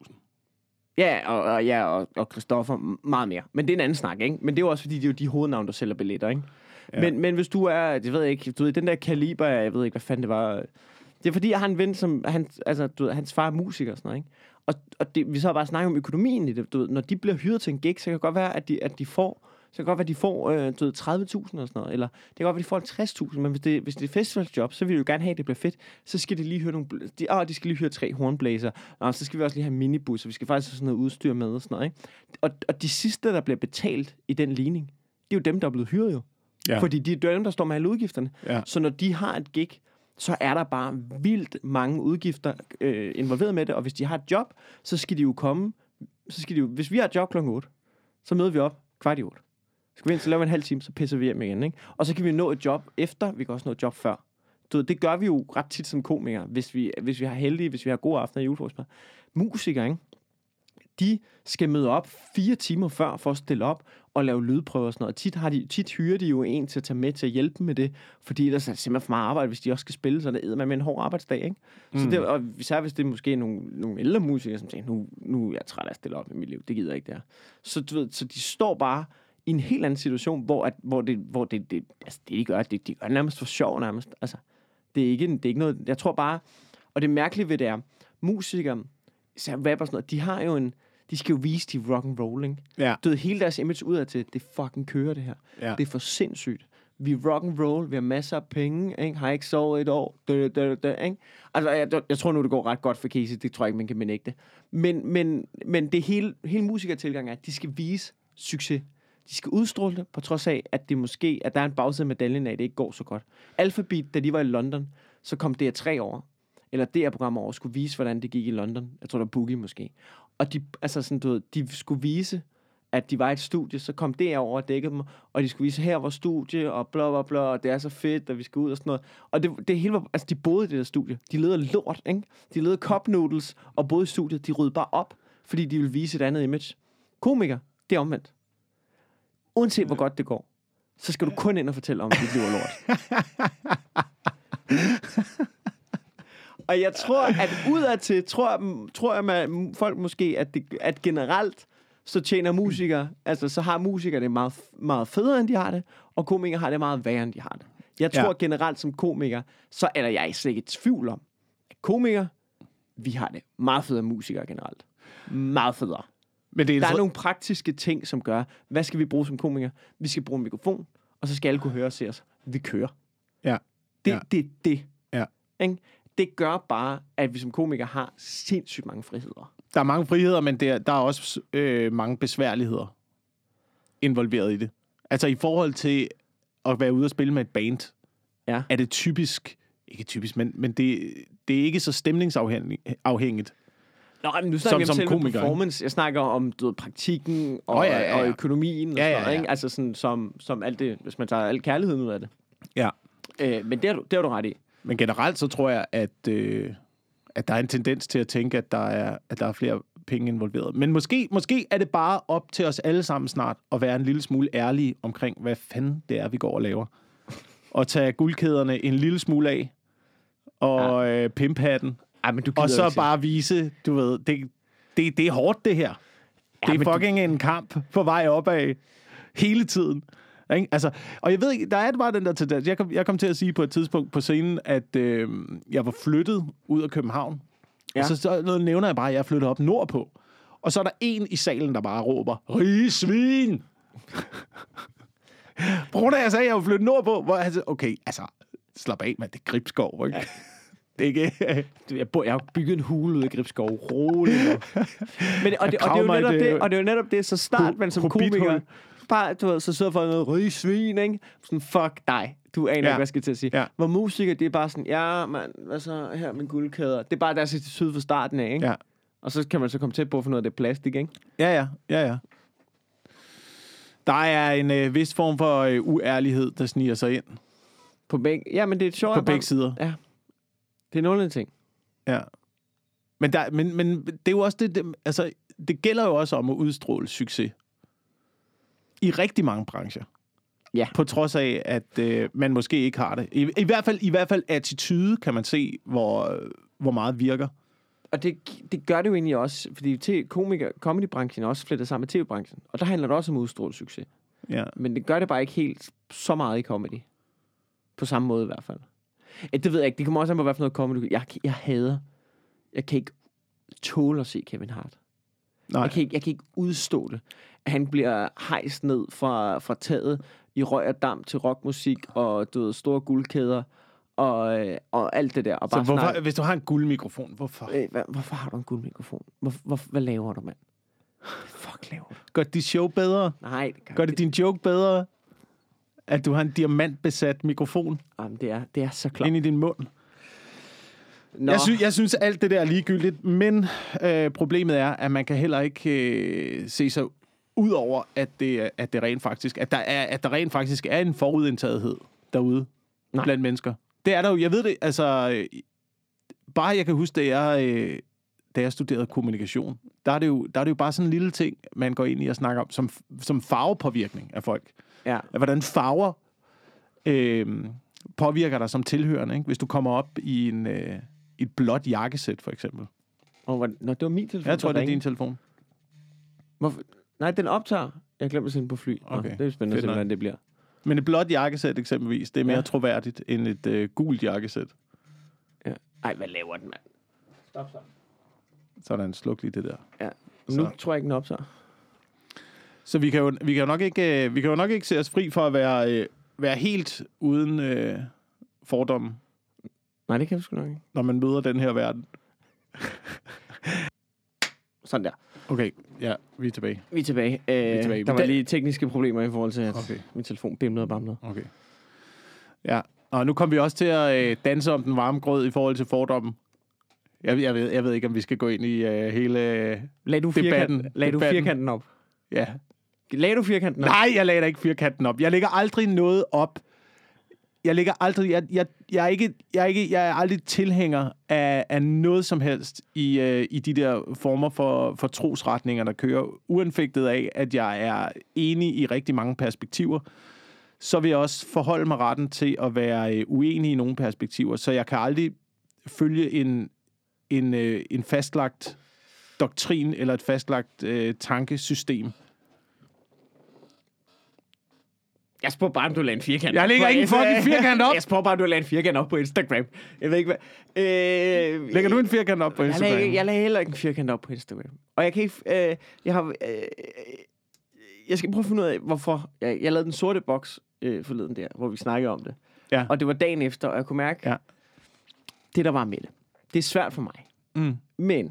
Ja, og Christoffer meget mere. Men det er en anden snak, ikke? Men det er jo også, fordi det er jo de hovednavne, der sælger billetter, ikke? Ja. Men hvis du er, jeg ved ikke, du ved, den der kaliber, jeg ved ikke, hvad fanden det var. Det er fordi, jeg har en ven, som, hans far er musiker og sådan noget, ikke? Og det, vi så bare snakker om økonomien i det, du ved, når de bliver hyret til en gig, så kan det godt være, at de får... Så kan det godt være, at de får 30.000 og sådan noget. Eller det kan godt være, at de får 60.000. Men hvis det er festivaljob, så vil de jo gerne have, at det bliver fedt. Så skal de lige høre de skal lige høre 3 hornblæser. Og så skal vi også lige have minibusser. Vi skal faktisk have sådan noget udstyr med og sådan noget, ikke? Og de sidste, der bliver betalt i den ligning, det er jo dem, der er blevet hyret jo. Ja. Fordi det er dem, der står med alle udgifterne. Ja. Så når de har et gig, så er der bare vildt mange udgifter involveret med det. Og hvis de har et job, så skal de jo komme. Hvis vi har et job kl. 8, så møder vi op 7:15. Skal vi ind, så laver vi en halv time, så pisser vi hjem igen, ikke? Og så kan vi nå et job efter, vi kan også nå et job før. Det gør vi jo ret tit som komikere, hvis vi har heldige, hvis vi har gode aftener i julefrokost. Musikere, ikke? De skal møde op 4 timer før for at stille op og lave lydprøver og sådan noget. Og tit hyrer de jo en til at tage med til at hjælpe dem med det, fordi ellers er det simpelthen for meget arbejde, hvis de også skal spille, så det æder man med en hård arbejdsdag, ikke? Så det, og især hvis det er måske nogle ældre musikere, som siger, nu er jeg træt af at stille op i mit liv, det gider jeg ikke der. Så du ved, så de står bare i en helt anden situation, hvor det altså det de gør det nærmest for sjov nærmest. Altså det er ikke noget. Jeg tror bare, og det mærkelige ved det er, musikere, så rapper sådan noget, de har jo de skal jo vise de rock and roll, ikke? Ja. Du ved, hele deres image udad til, det fucking kører det her. Ja. Det er for sindssygt. Vi er rock and roll, vi har masser af penge, ikke? Har ikke sovet et år, ikke? Altså, jeg tror nu, det går ret godt for Casey, det tror jeg ikke, man kan benægte. Men det hele musikertilgang er, at de skal vise succes. De skal udstråle det, på trods af, at at der er en bagside af medaljen af, at det ikke går så godt. Alphabet, da de var i London, så kom DR3 over, eller DR-programmer over, skulle vise, hvordan det gik i London. Jeg tror, der var Boogie måske. Og de skulle vise, at de var i et studie, så kom DR over og dækkede dem, og de skulle vise, her var studie, og bla bla bla, og det er så fedt, og vi skal ud og sådan noget. Og det hele var, altså de boede i det der studie. De levede lort, ikke? De levede cup noodles, og boede i studiet. De ryddede bare op, fordi de ville vise et andet image. Komiker, det er omvendt. Uanset hvor godt det går, så skal du kun ind og fortælle om, at dit liv er lort. Og jeg tror, at udadtil, tror jeg folk måske, at generelt, så tjener musikere, altså så har musikere det meget, meget federe, end de har det, og komikere har det meget værre, end de har det. Jeg tror generelt som komiker, så er jeg slet ikke i tvivl om, at komikere, vi har det meget federe end musikere generelt. Meget federe. Men der er nogle praktiske ting, som gør, hvad skal vi bruge som komikere? Vi skal bruge en mikrofon, og så skal alle kunne høre og se os. Vi kører. Ja. Det. Ja. Ikke? Det gør bare, at vi som komikere har sindssygt mange friheder. Der er mange friheder, men der er også mange besværligheder involveret i det. Altså i forhold til at være ude og spille med et band, er det typisk, ikke typisk, men det er ikke så stemningsafhængigt. Nå, men nu snakker jeg om selve performance. Jeg snakker om praktikken og økonomien og sådan noget, ikke? Altså sådan, som alt det, hvis man tager al kærligheden ud af det. Ja. Men det har du ret i. Men generelt så tror jeg, at der er en tendens til at tænke, at der er flere penge involveret. Men måske er det bare op til os alle sammen snart at være en lille smule ærlige omkring, hvad fanden det er, vi går og laver. Og tage guldkæderne en lille smule af, og pimphatten. Og så bare vise, du ved, det er hårdt det her. Ja, det er fucking en kamp på vej opad hele tiden. Ikke? Altså, og jeg ved ikke, der er bare den der tendens. Jeg kom til at sige på et tidspunkt på scenen, at jeg var flyttet ud af København. Ja. Og så nævner jeg bare, at jeg er flyttet op nordpå. Og så er der en i salen, der bare råber, rige svin! På grund af, jeg sagde, at jeg var flyttet nordpå, hvor jeg sagde, okay, altså, slap af, man, det er Gribskov, ikke? Ja. Det er ikke... Jeg har bygget en hule ud af Gribskov. Roligt. Men det er jo netop det, så snart man som komiker... Bare, du ved, så sidder folk noget rige svin, ikke? Sådan, fuck dig. Du aner ikke, hvad jeg skal til at sige. Ja. Hvor musikere, det er bare sådan, ja, mand, hvad så her med guldkæder? Det er bare deres attitude fra starten af, ikke? Ja. Og så kan man så komme tæt på for noget af det plastik, ikke? Ja. Der er en vis form for uærlighed, der sniger sig ind. På begge, ja, men det er sjovt. På begge sider. Ja. Det er nogle af ting. Ja. Men det er jo også altså, det gælder jo også om at udstråle succes. I rigtig mange brancher. Ja. På trods af, at man måske ikke har det. I hvert fald attitude kan man se, hvor meget virker. Og det gør det jo egentlig også, fordi comedybranchen er også flettet sammen med tv-branchen. Og der handler det også om udstrålet succes. Ja. Men det gør det bare ikke helt så meget i comedy. På samme måde i hvert fald. Det ved jeg ikke. Det kommer også an på, hvad for noget comedy. Jeg kan ikke tåle at se Kevin Hart. Nej. Jeg kan ikke udstå det. Han bliver hejst ned fra taget i røg og damp til rockmusik og store guldkæder og alt det der. Og bare så hvis du har en guldmikrofon, hvorfor? Hvorfor har du en guldmikrofon? Hvad laver du, mand? Fuck laver du? Gør dit show bedre? Nej. Gør det din joke bedre? At du har en diamantbesat mikrofon? Jamen, det er så klart. Ind i din mund? Nå. Jeg synes alt det der er ligegyldigt, men problemet er, at man kan heller ikke se sig ud over, at det rent faktisk, at der rent faktisk er en forudindtagethed derude blandt mennesker. Det er der jo, jeg ved det, altså bare jeg kan huske, da jeg studerede kommunikation, der er det jo bare sådan en lille ting, man går ind i og snakker om, som farvepåvirkning af folk. Ja. Hvordan farver påvirker dig som tilhørende, ikke? Hvis du kommer op i et blåt jakkesæt, for eksempel. Det var min telefon. Jeg tror, det er din telefon. Hvorfor? Nej, den optager. Jeg glemte at sende på fly. Okay. Det er spændende at se, hvordan det bliver. Men et blåt jakkesæt eksempelvis, det er mere troværdigt end et gult jakkesæt. Ja. Ej, hvad laver den, mand? Stop så. Sådan, sluk lige det der. Ja. Nu tror jeg ikke, den optager. Så vi kan jo nok ikke se os fri for at være helt uden fordomme. Nej, det kan vi sgu nok ikke. Når man møder den her verden. Sådan der. Okay, ja, vi er tilbage. Der var lige tekniske problemer i forhold til, at min telefon bimlede og bamlede. Okay. Ja, og nu kommer vi også til at danse om den varme grød i forhold til fordommen. Jeg ved ikke, om vi skal gå ind i hele debatten. Lagde du firkanten op? Ja. Lagde du firkanten op? Nej, jeg lagde da ikke firkanten op. Jeg lægger aldrig noget op. Jeg er aldrig tilhænger af noget som helst i de der former for trosretninger, der kører, uanfægtet af, at jeg er enig i rigtig mange perspektiver. Så vil jeg også forholde mig retten til at være uenig i nogle perspektiver, så jeg kan aldrig følge en fastlagt doktrin eller et fastlagt tankesystem. Jeg spørger bare, om du lagde en firkant op. Jeg lægger ikke en fucking firkant op. Jeg spørger bare, om du lagde en firkant op på Instagram. Jeg ved ikke, hvad... Lægger du en firkant op på Instagram? Jeg lagde heller ikke en firkant op på Instagram. Og jeg kan ikke... jeg skal prøve at finde ud af, hvorfor... Jeg lavede den sorte boks forleden der, hvor vi snakkede om det. Ja. Og det var dagen efter, og jeg kunne mærke, det der var med det. Det er svært for mig. Mm. Men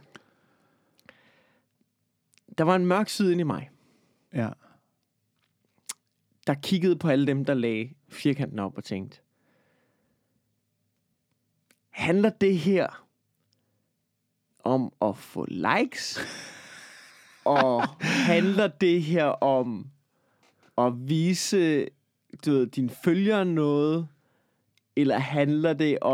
der var en mørk side inde i mig. Ja. Der kiggede på alle dem, der lagde firkanten op og tænkte, handler det her om at få likes? Og handler det her om at vise dine følgere noget? Eller handler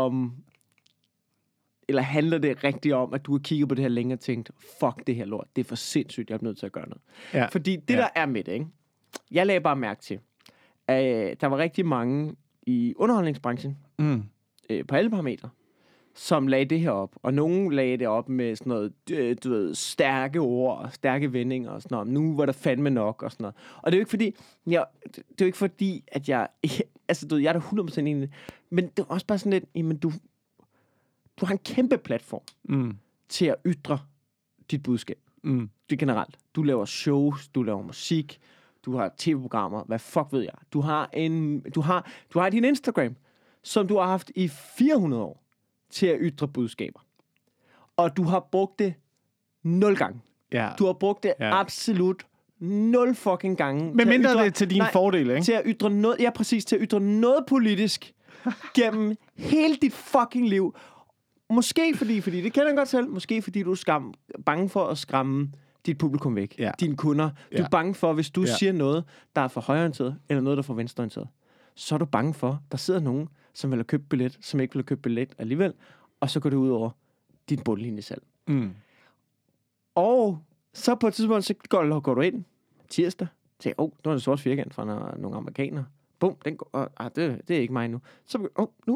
det rigtigt om, at du har kigget på det her længe og tænkt, fuck det her lort, det er for sindssygt, jeg er nødt til at gøre noget. Ja. Fordi det, der er med det, ikke? Jeg lagde bare mærke til, at der var rigtig mange i underholdningsbranchen, på alle parametre, som lagde det her op. Og nogen lagde det op med sådan noget, stærke ord og stærke vendinger og sådan noget. Nu var der fandme nok og sådan noget. Og det er jo ikke fordi, at jeg... Altså, jeg er da 100% enig. Men det er også bare sådan lidt, jamen du har en kæmpe platform til at ytre dit budskab. Det generelt. Du laver shows, du laver musik, du har tv-programmer, hvad fuck ved jeg. Du har din Instagram, som du har haft i 400 år til at ytre budskaber. Og du har brugt det 0 gange. Ja. Du har brugt det absolut 0 fucking gange. Men mindre det er til din fordel, ikke? Til at ytre noget, ja præcis, til at ytre noget politisk gennem hele dit fucking liv. Måske fordi det kender jeg godt selv, måske fordi du er bange for at skræmme dit publikum væk, dine kunder. Du er bange for, hvis du siger noget, der er for højreorienteret, eller noget, der er for venstreorienteret, så er du bange for, der sidder nogen, som vil have købt billet, som ikke vil have købt billet alligevel, og så går det ud over din bundlinjesalg. Og så på et tidspunkt, så går du ind tirsdag, til, nu er det sort firkant fra nogle amerikanere. Bum, den går, det er ikke mig nu. Så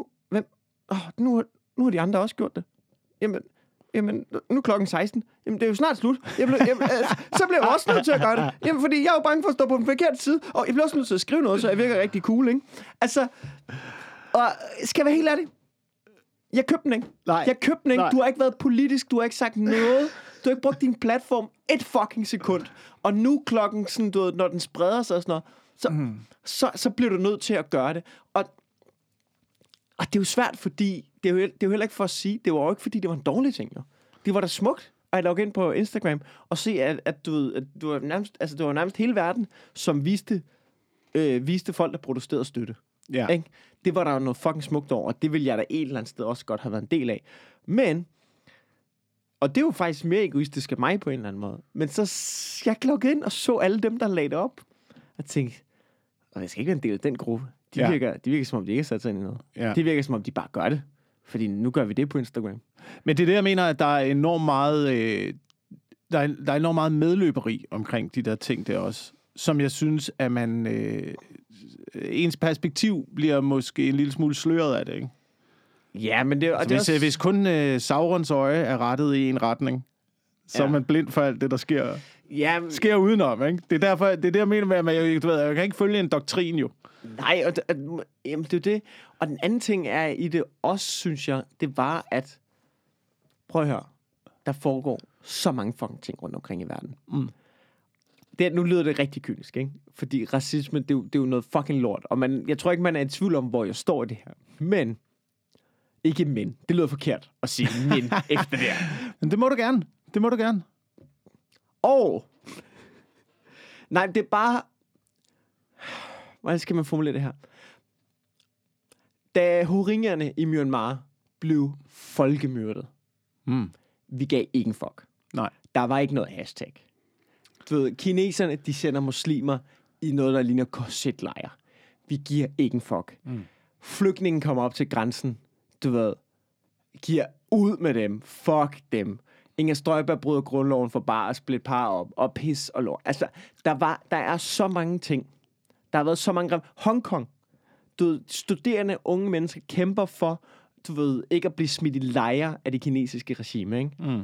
nu har de andre også gjort det. Jamen, nu er klokken 16. Jamen, det er jo snart slut. Så bliver jeg også nødt til at gøre det. Jamen, fordi jeg er jo bange for at stå på den forkerte side, og jeg bliver også nødt til at skrive noget, så jeg virker rigtig cool, ikke? Altså, og skal jeg være helt ærlig? Jeg købte den ikke. Du har ikke været politisk, du har ikke sagt noget. Du har ikke brugt din platform et fucking sekund. Og nu klokken, sådan, du ved, når den spreder sig og sådan noget, så bliver du nødt til at gøre det. Og det er jo svært, fordi det er jo heller ikke for at sige, det var jo ikke fordi, det var en dårlig ting, jo. Det var da smukt at logge ind på Instagram og se, at du ved, at du var nærmest hele verden, som viste folk, der protesterede støtte. Ja. Ikke? Det var der jo noget fucking smukt over, og det ville jeg da et eller andet sted også godt have været en del af. Men, og det er jo faktisk mere egoistisk af mig på en eller anden måde, men så jeg loggede ind og så alle dem, der lagde det op, og tænkte, jeg skal ikke være en del af den gruppe. De virker som om, de ikke har sat sig ind i noget. Ja. Det virker som om, de bare gør det. Fordi nu gør vi det på Instagram. Men det er det, jeg mener, at der er enormt meget, der er enormt meget medløberi omkring de der ting der også. Som jeg synes, at man... ens perspektiv bliver måske en lille smule sløret af det, ikke? Ja, men det... Altså, hvis kun Saurons øje er rettet i en retning, så er man blind for alt det, der sker udenom, ikke? Det er det, jeg mener med, at jeg kan ikke følge en doktrin, jo. Nej, jamen, det er det. Og den anden ting er i det også, synes jeg, det var, at... Prøv at høre. Der foregår så mange fucking ting rundt omkring i verden. Nu lyder det rigtig kynisk, ikke? Fordi racisme, det er jo noget fucking lort. Og jeg tror ikke, man er i tvivl om, hvor jeg står i det her. Men... Ikke men. Det lyder forkert at sige men efter det her. Men det må du gerne. Og... Nej, det er bare... Hvordan skal man formulere det her? Da rohingyerne i Myanmar blev folkemyrdet, vi gav ikke en fuck. Nej. Der var ikke noget hashtag. Du ved, kineserne, de sender muslimer i noget, der ligner korsetlejre. Vi giver ikke en fuck. Flygtningen kommer op til grænsen, du ved, giver ud med dem. Fuck dem. Inger Støjberg bryder grundloven for bare at splitte par op, og pis og lort. Altså, der er så mange ting. Der har været så mange... Hongkong. Du ved, studerende unge mennesker kæmper for, du ved, ikke at blive smidt i lejre af det kinesiske regime, ikke?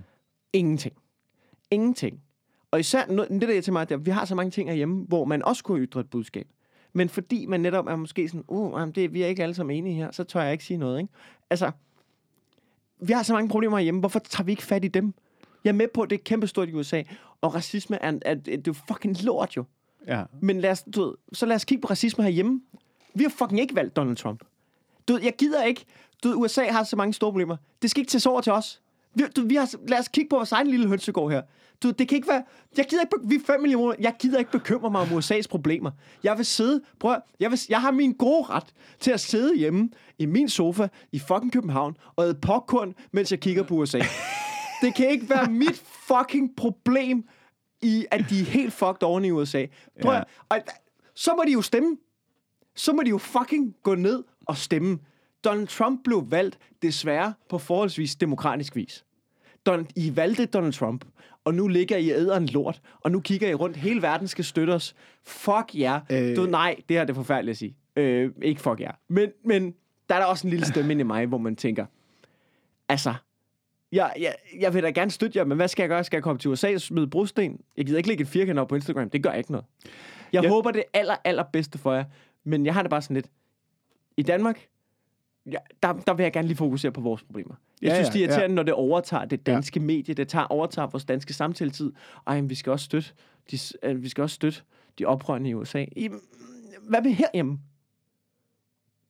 Ingenting. Og især, det der til mig, at vi har så mange ting herhjemme, hvor man også kunne ytre et budskab. Men fordi man netop er måske sådan, vi er ikke alle sammen enige her, så tør jeg ikke sige noget, ikke? Altså, vi har så mange problemer herhjemme, hvorfor tager vi ikke fat i dem? Jeg er med på, at det er kæmpestort i USA, og racisme det er jo fucking lort, jo. Ja. Men lad os kigge på racisme herhjemme. Vi har fucking ikke valgt Donald Trump. Jeg gider ikke. USA har så mange store problemer. Det skal ikke tages over til os. Lad os kigge på vores egen lille hønsegård her. Det kan ikke være... vi er 5 millioner. Jeg gider ikke bekymre mig om USA's problemer. Jeg vil sidde... Jeg har min gode ret til at sidde hjemme i min sofa i fucking København og æde popcorn, mens jeg kigger på USA. Det kan ikke være mit fucking problem, at de er helt fucked oven i USA. Og så må de jo stemme. Så må de jo fucking gå ned og stemme. Donald Trump blev valgt, desværre, på forholdsvis demokratisk vis. I valgte Donald Trump, og nu ligger I æder en lort, og nu kigger I rundt, hele verden skal støtte os. Fuck jer. Nej, det her er det forfærdeligt at sige. Ikke fuck jer. Men der er der også en lille stemme inde i mig, hvor man tænker, altså, jeg vil da gerne støtte jer, men hvad skal jeg gøre? Skal jeg komme til USA og smide brosten? Jeg gider ikke lægge et firkant op på Instagram. Det gør ikke noget. Jeg håber det allerbedste for jer, men jeg har det bare sådan lidt. I Danmark, der vil jeg gerne lige fokusere på vores problemer. Jeg synes, det er irriterende, når det overtager det danske medie, det overtager vores danske samtaletid. Vi skal også støtte de oprørende i USA. Hvad med herhjemme?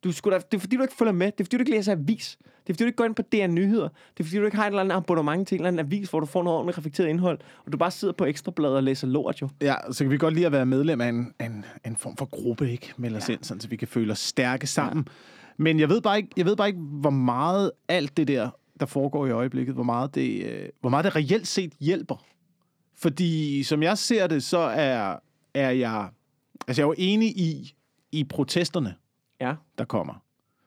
Det er fordi, du ikke følger med. Det er fordi, du ikke læser avis. Det er fordi, du ikke går ind på DR Nyheder. Det er fordi, du ikke har et eller andet abonnement til en eller anden avis, hvor du får noget ordentligt reflekteret indhold, og du bare sidder på Ekstrabladet og læser lort, jo. Ja, så kan vi godt lide at være medlem af en form for gruppe, ikke? Meld os ind, sådan, så vi kan føle os stærke sammen. Ja. Men jeg ved bare ikke, hvor meget alt det der foregår i øjeblikket, hvor meget det reelt set hjælper. Fordi som jeg ser det, så er jeg... Altså, jeg er jo enig i protesterne, der kommer.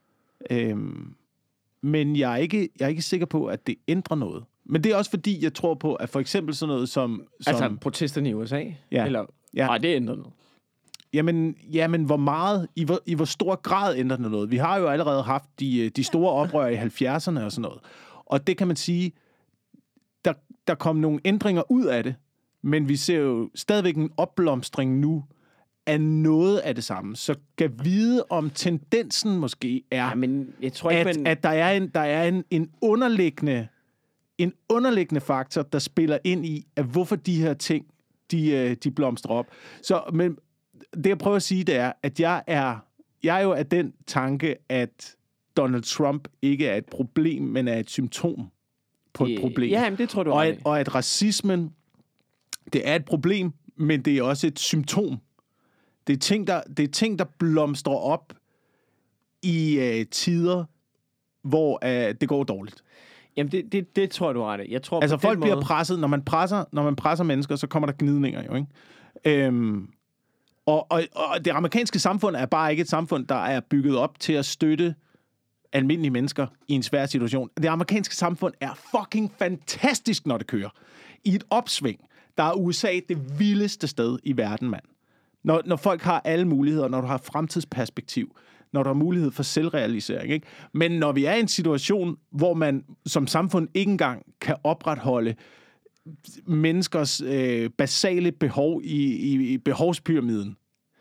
Men jeg er ikke sikker på, at det ændrer noget. Men det er også fordi, jeg tror på, at for eksempel sådan noget som... Altså protesterne i USA? Ja. Eller, nej, det ændrer noget. Jamen, hvor meget, i hvor stor grad ændrer det noget? Vi har jo allerede haft de store oprør i 70'erne og sådan noget. Og det kan man sige, der kom nogle ændringer ud af det, men vi ser jo stadigvæk en opblomstring nu af noget af det samme. Så kan vide, om tendensen måske er, men jeg tror ikke, at der er en underliggende faktor, der spiller ind i, at hvorfor de her ting, de blomstrer op. Så, men det jeg prøver at sige, det er, at jeg er jo af den tanke, at Donald Trump ikke er et problem, men er et symptom på et problem. Ja, men det tror du og at racismen, det er et problem, men det er også et symptom. Det er ting, der blomstrer op i tider, hvor det går dårligt. Jamen, det tror du ret. Jeg tror, altså, folk bliver presset. Når man presser mennesker, så kommer der gnidninger jo, ikke? Og det amerikanske samfund er bare ikke et samfund, der er bygget op til at støtte almindelige mennesker i en svær situation. Det amerikanske samfund er fucking fantastisk, når det kører. I et opsving, der er USA det vildeste sted i verden, mand. Når folk har alle muligheder, når du har fremtidsperspektiv, når der er mulighed for selvrealisering, ikke? Men når vi er i en situation, hvor man som samfund ikke engang kan opretholde menneskers basale behov i behovspyramiden,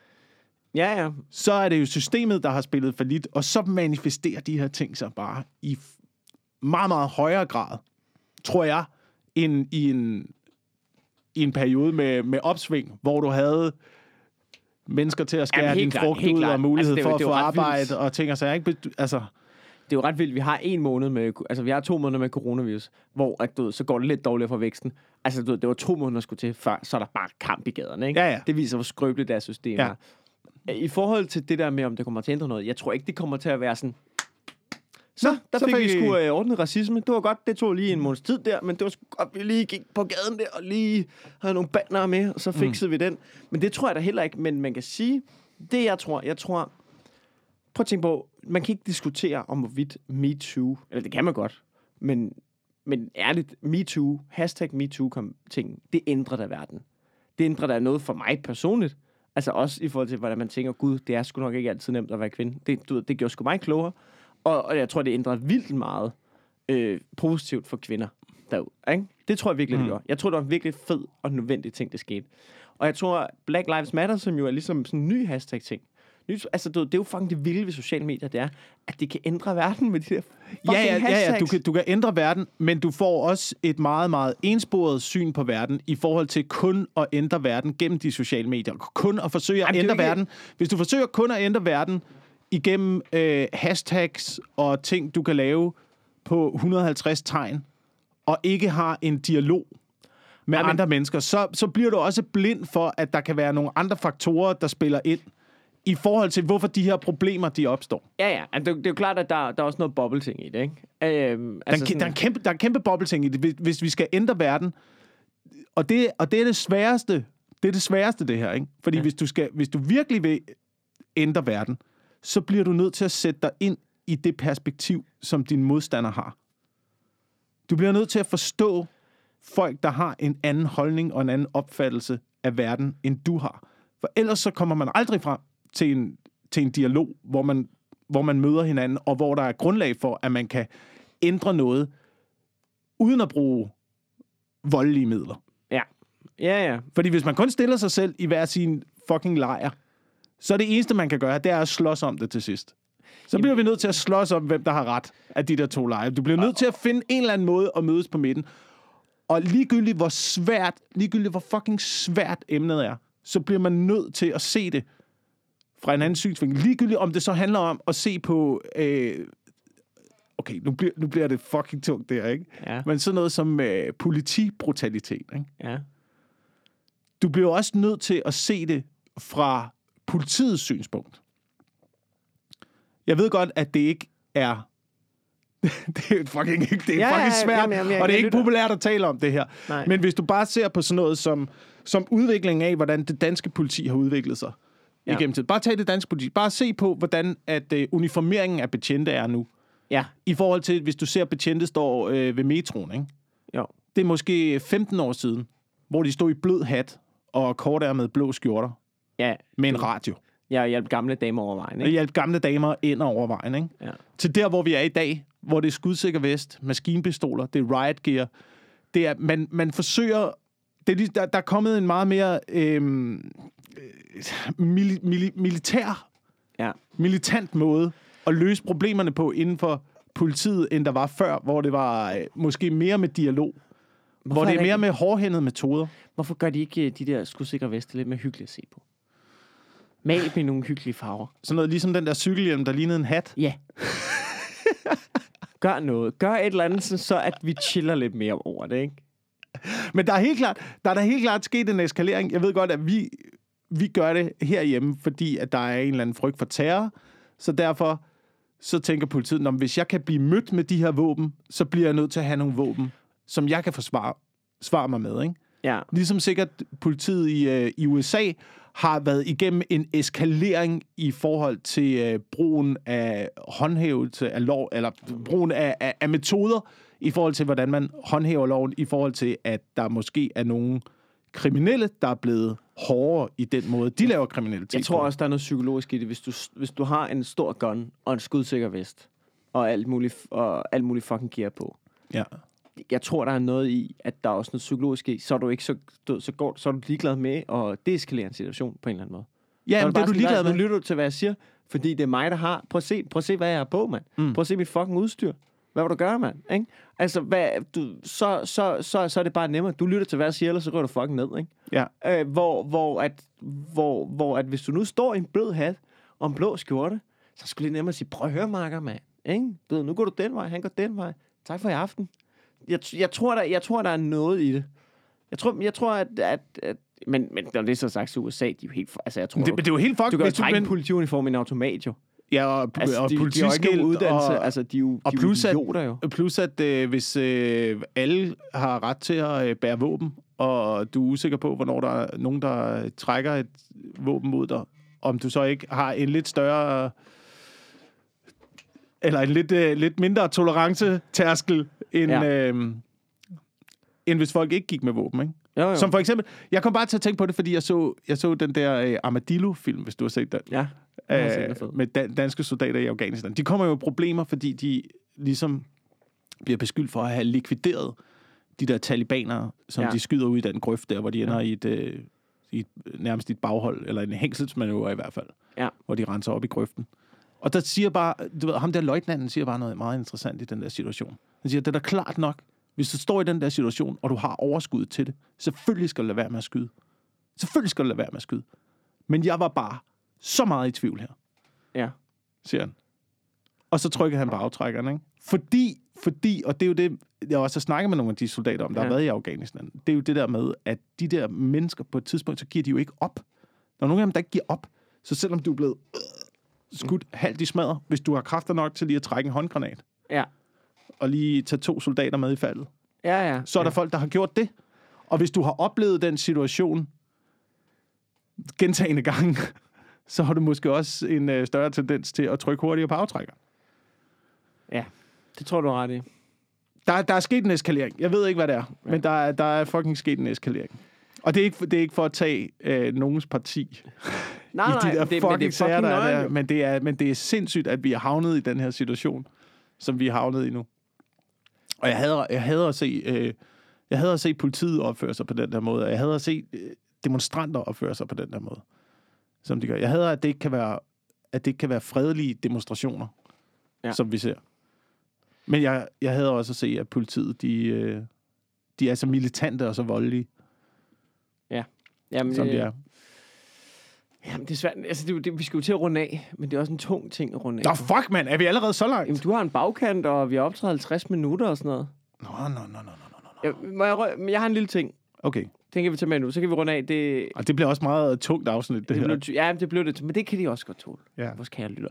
så er det jo systemet, der har spillet for lidt, og så manifesterer de her ting sig bare i meget, meget højere grad, tror jeg, end i en periode med opsving, hvor du havde mennesker til at skære din frugt ud og mulighed for at få arbejde og ting og sager. Altså, det er jo ret vildt. Vi har 1 måned med... Altså, vi har 2 måneder med coronavirus, hvor så går det lidt dårligere for væksten. Altså, det var 2 måneder, der skulle til, før så er der bare kamp i gaderne, ikke? Ja. Det viser, hvor skrøbeligt deres system er. I forhold til det der med, om det kommer til at ændre noget, jeg tror ikke, det kommer til at være sådan... Så fik vi sgu ordnet racisme. Det var godt, det tog lige en måneds tid der, men det var godt, vi lige gik på gaden der, og lige havde nogle bannere med, og så fiksede vi den. Men det tror jeg da heller ikke, men man kan sige, det jeg tror, prøv at tænke på, man kan ikke diskutere om hvorvidt MeToo, eller det kan man godt, men ærligt, MeToo, #MeToo-ting, det ændrer da verden. Det ændrer da noget for mig personligt. Altså også i forhold til, hvordan man tænker, gud, det er sgu nok ikke altid nemt at være kvinde. Det gjorde sgu mig klogere. Og jeg tror, det ændrer vildt meget positivt for kvinder derude. Ikke? Det tror jeg virkelig, det gør. Jeg tror, det var en virkelig fed og nødvendig ting, det skete. Og jeg tror, Black Lives Matter, som jo er ligesom sådan en ny hashtag-ting. Altså, det er jo fucking det vilde ved sociale medier, det er, at det kan ændre verden med de der fucking hashtags. Du kan ændre verden, men du får også et meget, meget ensporet syn på verden i forhold til kun at ændre verden gennem de sociale medier. Kun at forsøge at ændre verden. Hvis du forsøger kun at ændre verden igennem hashtags og ting, du kan lave på 150 tegn, og ikke har en dialog med andre mennesker, så bliver du også blind for, at der kan være nogle andre faktorer, der spiller ind i forhold til, hvorfor de her problemer, de opstår. Ja. Det er jo klart, at der er også noget bobleting i det, ikke? Der er en kæmpe bobleting i det, hvis vi skal ændre verden. Og det er det sværeste. Det er det sværeste, det her, ikke? Fordi hvis du virkelig vil ændre verden, så bliver du nødt til at sætte dig ind i det perspektiv, som din modstander har. Du bliver nødt til at forstå folk, der har en anden holdning og en anden opfattelse af verden, end du har. For ellers så kommer man aldrig frem til en dialog, hvor man møder hinanden, og hvor der er grundlag for, at man kan ændre noget, uden at bruge voldelige midler. Ja. Fordi hvis man kun stiller sig selv i hver sin fucking lejr, så er det eneste, man kan gøre, det er at slås om det til sidst. Så bliver vi nødt til at slås om, hvem der har ret af de der 2 lejre. Du bliver nødt til at finde en eller anden måde at mødes på midten. Og ligegyldigt hvor fucking svært emnet er, så bliver man nødt til at se det fra en anden synsvinkel. Ligegyldigt om det så handler om at se på... okay, nu bliver det fucking tungt der, ikke? Ja. Men sådan noget som politibrutalitet, ikke? Ja. Du bliver også nødt til at se det fra politiets synspunkt. Jeg ved godt, at det ikke er... det er fucking svært, og det er ikke populært at tale om det her. Nej. Men hvis du bare ser på sådan noget som udviklingen af, hvordan det danske politi har udviklet sig igennem tiden. Bare tag det danske politi. Bare se på, hvordan at uniformeringen af betjente er nu. Ja. I forhold til, hvis du ser betjente står ved metroen, ikke? Jo. Det er måske 15 år siden, hvor de stod i blød hat og kortærmede blå skjorter. Ja. Med en radio. Jeg hjalp gamle damer over vejen, ikke? Jeg hjalp gamle damer ind over vejen, ikke? Ja. Til der, hvor vi er i dag, hvor det er skudsikker vest, maskinpistoler, det er riot gear. Det er, man forsøger... Der er kommet en meget mere militant måde at løse problemerne på inden for politiet, end der var før, hvor det var måske mere med dialog. Hvor det er mere med hårdhændede metoder. Hvorfor gør de ikke de der skudsikre veste lidt mere hyggelige at se på? Mal med nogle hyggelige farver. Sådan noget ligesom den der cykelhjelm, der lignede en hat. Ja. Gør noget. Gør et eller andet, så at vi chiller lidt mere over det, ikke? Men der er helt klart sket en eskalering. Jeg ved godt, at vi gør det herhjemme, fordi at der er en eller anden frygt for terror. Så derfor så tænker politiet, hvis jeg kan blive mødt med de her våben, så bliver jeg nødt til at have nogle våben, som jeg kan forsvare mig med, ikke? Ja. Ligesom sikkert politiet i USA har været igennem en eskalering i forhold til brugen af håndhævelse af lov, eller brugen af metoder i forhold til, hvordan man håndhæver loven, i forhold til, at der måske er nogle kriminelle, der er blevet hårdere i den måde, de laver kriminalitet. Jeg tror også, der er noget psykologisk i det. Hvis du har en stor gun og en skudsikker vest, og alt muligt fucking gear på. Ja. Jeg tror, der er noget i, at der er også noget psykologisk i, så er du ikke så er du ligeglad med at deeskalere en situation på en eller anden måde. Ja, men det er du ligeglad med. Nu lytter du til, hvad jeg siger, fordi det er mig, der har... Prøv at se, hvad jeg har på, mand. Prøv at se mit fucking udstyr. Hvad vil du gøre, mand? Ikke? Altså, så er det bare nemmere. Du lytter til, hvad jeg siger, ellers så går du fucking ned, ikke? Ja. Hvor at hvis du nu står i en blød hat og en blå skjorte, så skulle det nemmere sige, prøv at høre, makker, mand. Ikke? Nu går du den vej, han går den vej. Tak for i aften. Jeg tror, der er noget i det. Jeg tror, at men når det er så sagt, så USA, de er jo helt... Altså, jeg tror, men det er jo helt fuck. Du kan jo trække en politiuniform i en automat, jo. Ja, og politiskilt uddannelse, altså de er jo idioter jo. Plus at hvis alle har ret til at bære våben, og du er usikker på, hvornår der er nogen, der trækker et våben mod dig, om du så ikke har en lidt større... eller en lidt mindre tolerancetærskel, end hvis folk ikke gik med våben, ikke? Jo. Som for eksempel... Jeg kom bare til at tænke på det, fordi jeg så den der Armadillo-film, hvis du har set den. Ja. Med danske soldater i Afghanistan. De kommer jo i problemer, fordi de ligesom bliver beskyldt for at have likvideret de der talibanere, som de skyder ud i den grøft der, hvor de ender i nærmest et baghold, eller en hængselsmanøvre i hvert fald, hvor de renser op i grøften. Og der siger bare, du ved, ham der løjtnanten siger bare noget meget interessant i den der situation. Han siger, det er da klart nok, hvis du står i den der situation, og du har overskud til det, selvfølgelig skal du lade være med at skyde. Selvfølgelig skal du lade være med at skyde. Men jeg var bare så meget i tvivl her. Ja. Siger han. Og så trykker han på aftrækkeren, ikke? Fordi, og det er jo det, jeg også har snakket med nogle af de soldater om, der har været i Afghanistan. Det er jo det der med, at de der mennesker på et tidspunkt, så giver de jo ikke op. Der er nogle af dem, der ikke giver op. Så selvom du er blevet skudt halvt i smadret, hvis du har kræfter nok til lige at trække en håndgranat. Ja. Og lige tage 2 soldater med i faldet. Ja. Så er der folk, der har gjort det. Og hvis du har oplevet den situation gentagne gange, så har du måske også en større tendens til at trykke hurtigere på aftrækker. Ja, det tror du ret i. Der er sket en eskalering. Jeg ved ikke, hvad det er, men der er fucking sket en eskalering. Og det er ikke for at tage nogens parti. Nej, i de der fucking sager, der er der. Men det er sindssygt, at vi er havnet i den her situation, som vi er havnet i nu. Og jeg hader at se politiet opføre sig på den der måde. Jeg hader at se demonstranter opføre sig på den der måde, som de gør. Jeg hader, at det ikke kan være fredelige demonstrationer, som vi ser. Men jeg hader også at se, at politiet, de er så militante og så voldelige. Ja. Jamen, som de er. Jamen, det er svært. Altså, vi skal jo til at runde af, men det er også en tung ting at runde af. Nå, fuck, mand. Er vi allerede så langt? Jamen, du har en bagkant, og vi har optaget 50 minutter og sådan noget. Nå. Jeg har en lille ting. Okay. Den kan vi tage med nu, så kan vi runde af. Og det bliver også meget tungt afsnit, det her. Ja, det blev det. Men det kan de også godt tåle. Ja. Vores kære lytter.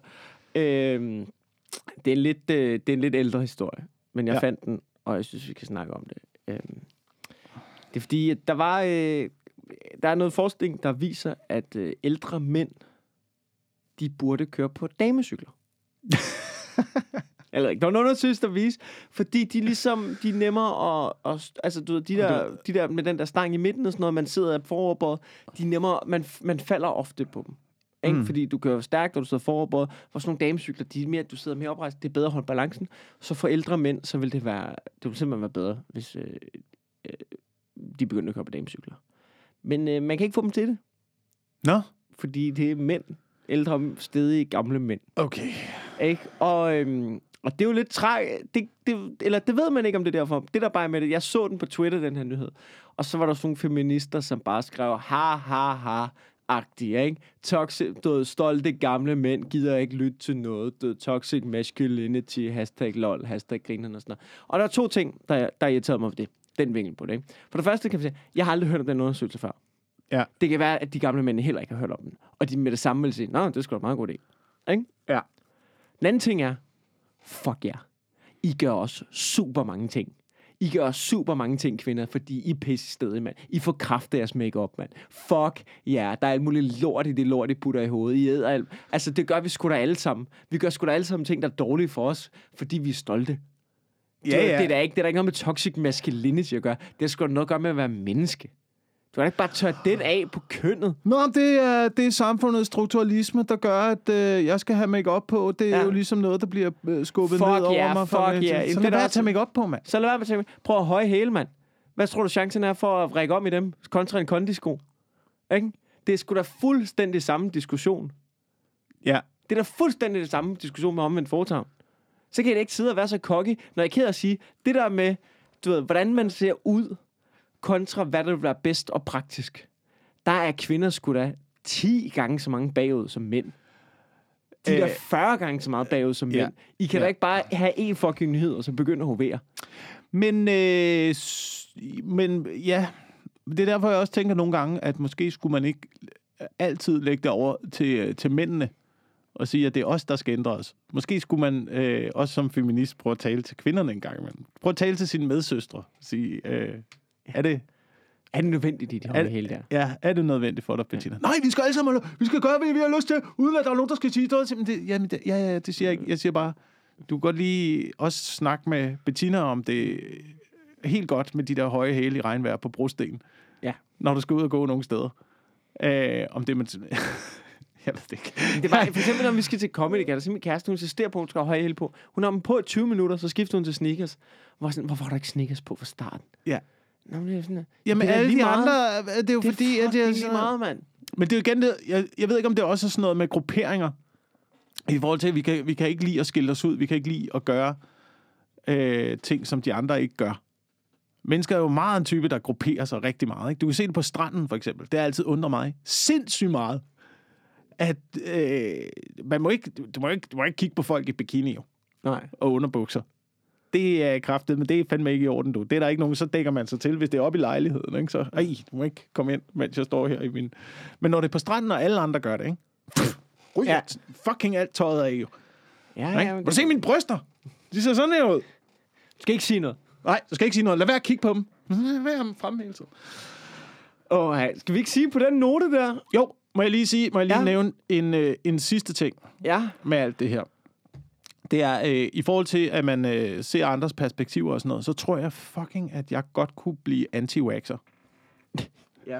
Det er en lidt ældre historie, men jeg fandt den, og jeg synes, vi kan snakke om det. Det er fordi, at der er noget forskning, der viser, at ældre mænd, de burde køre på damecykler. Eller ikke. Der var nogen, der synes, der viser, fordi de ligesom, de er nemmere altså, du ved, de der med den der stang i midten og sådan noget, man sidder foroverbøjet, de er nemmere, man falder ofte på dem. Ikke? Fordi du kører stærkt, og du sidder foroverbøjet. For sådan nogle damecykler, du sidder mere oprejst, det er bedre at holde balancen. Så for ældre mænd, så vil det vil simpelthen være bedre, hvis de begynder at køre på damecykler. Men man kan ikke få dem til det. Nå? Fordi det er mænd. Ældre, stedige, gamle mænd. Okay. Ikke? Og det er jo lidt eller det ved man ikke, om det er derfor. Det der bare med det. Jeg så den på Twitter, den her nyhed. Og så var der sådan nogle feminister, som bare skrev, agtige, ikke? Toxic, stolte gamle mænd gider ikke lytte til noget. Toxic masculinity, #lol, #grinerne og sådan noget. Og der er 2 ting, der irriterede mig på det. Den vinkel på det, ikke? For det første kan vi sige, jeg har aldrig hørt om den undersøgelse før. Ja. Det kan være, at de gamle mænd heller ikke har hørt om den. Og de med det samme vil sige, nå, det er sgu da meget god idé. Ikke? Ja. Den anden ting er, fuck jer. I gør også super mange ting. I gør super mange ting, kvinder, fordi I er pisse stedet, mand. I får kraft af jeres make-up, mand. Fuck ja, der er alt muligt lort i det lort, I putter i hovedet. I æder alt. Altså, det gør vi sgu da alle sammen. Vi gør sgu da alle sammen ting, der er dårlige for os, fordi vi er stolte. Ja. Det er da ikke noget med toxic masculinity at gøre. Det er sgu da noget at gøre med at være menneske. Du kan ikke bare tørre den af på kønnet. Nå, det er samfundets strukturalisme, der gør, at jeg skal have make-up på. Det er jo ligesom noget, der bliver skubbet ned over mig. Så lad være at tage make-up på, mand. Så lad være med at tage make-up. Prøv at høje hæle, mand. Hvad tror du, chancen er for at række om i dem kontra en kondisko? Ikke? Det er sgu da fuldstændig samme diskussion. Ja. Det er da fuldstændig det samme diskussion med omvendt fortegn. Så kan jeg ikke sidde og være så cocky, når jeg er ked af at sige, det der med, du ved, hvordan man ser ud, kontra hvad der vil være bedst og praktisk. Der er kvinder sgu da 10 gange så mange bagud som mænd. De er 40 gange så meget bagud som mænd. I kan da ikke bare have en fucking nyhed, og så begynde at hovere. Men ja, det er derfor, jeg også tænker nogle gange, at måske skulle man ikke altid lægge det over til mændene, og sige, at det er os, der skal ændre os. Måske skulle man også som feminist prøve at tale til kvinderne en gang imellem. Prøve at tale til sine medsøstre. Sige, er det nødvendigt i de høje hele der? Ja, er det nødvendigt for dig, Bettina? Nej, vi skal alle sammen, vi skal gøre, hvad vi har lyst til, uden at der er nogen, der skal sige noget. Det siger jeg ikke. Jeg siger bare, du kan godt lige også snakke med Bettina om det helt godt med de der høje hæle i regnvejr på brosten. Ja. Når du skal ud og gå nogle steder. Om det, man... Jeg ved det ikke. Det var, for eksempel, når vi skal til Comedy Gala, så min kæreste, hun insisterer på, hun skal have høje hæle på. Hun har dem på i 20 minutter, så skifter hun til sneakers. Hvorfor er der ikke sneakers på fra starten? Ja. Nå, men det er sådan, jamen, alle de andre... Det er jo fordi, at det er sådan meget, mand. Men det er jo igen det... Jeg ved ikke, om det er også sådan noget med grupperinger. I forhold til, at vi kan ikke lide at skille os ud. Vi kan ikke lide at gøre ting, som de andre ikke gør. Mennesker er jo meget en type, der grupperer sig rigtig meget. Ikke? Du kan se det på stranden, for eksempel. Det har altid undret mig sindssygt meget. At du må ikke kigge på folk i bikini, jo. Nej. Og underbukser. Det er kraftigt, men det er fandme ikke i orden, du. Det er der ikke nogen, så dækker man sig til, hvis det er oppe i lejligheden, ikke? Så, du må ikke komme ind, mens jeg står her i min... Men når det er på stranden, og alle andre gør det, ikke? Fucking alt tøjet af, jo. Ja. Må du se mine bryster? De ser sådan her ud. Du skal ikke sige noget. Nej, du skal ikke sige noget. Lad være at kigge på dem. Lad være frem hele tiden. Skal vi ikke sige på den note der? Jo, må jeg lige nævne en sidste ting med alt det her. Det er, i forhold til, at man ser andres perspektiver og sådan noget, så tror jeg fucking, at jeg godt kunne blive anti-waxer. Ja.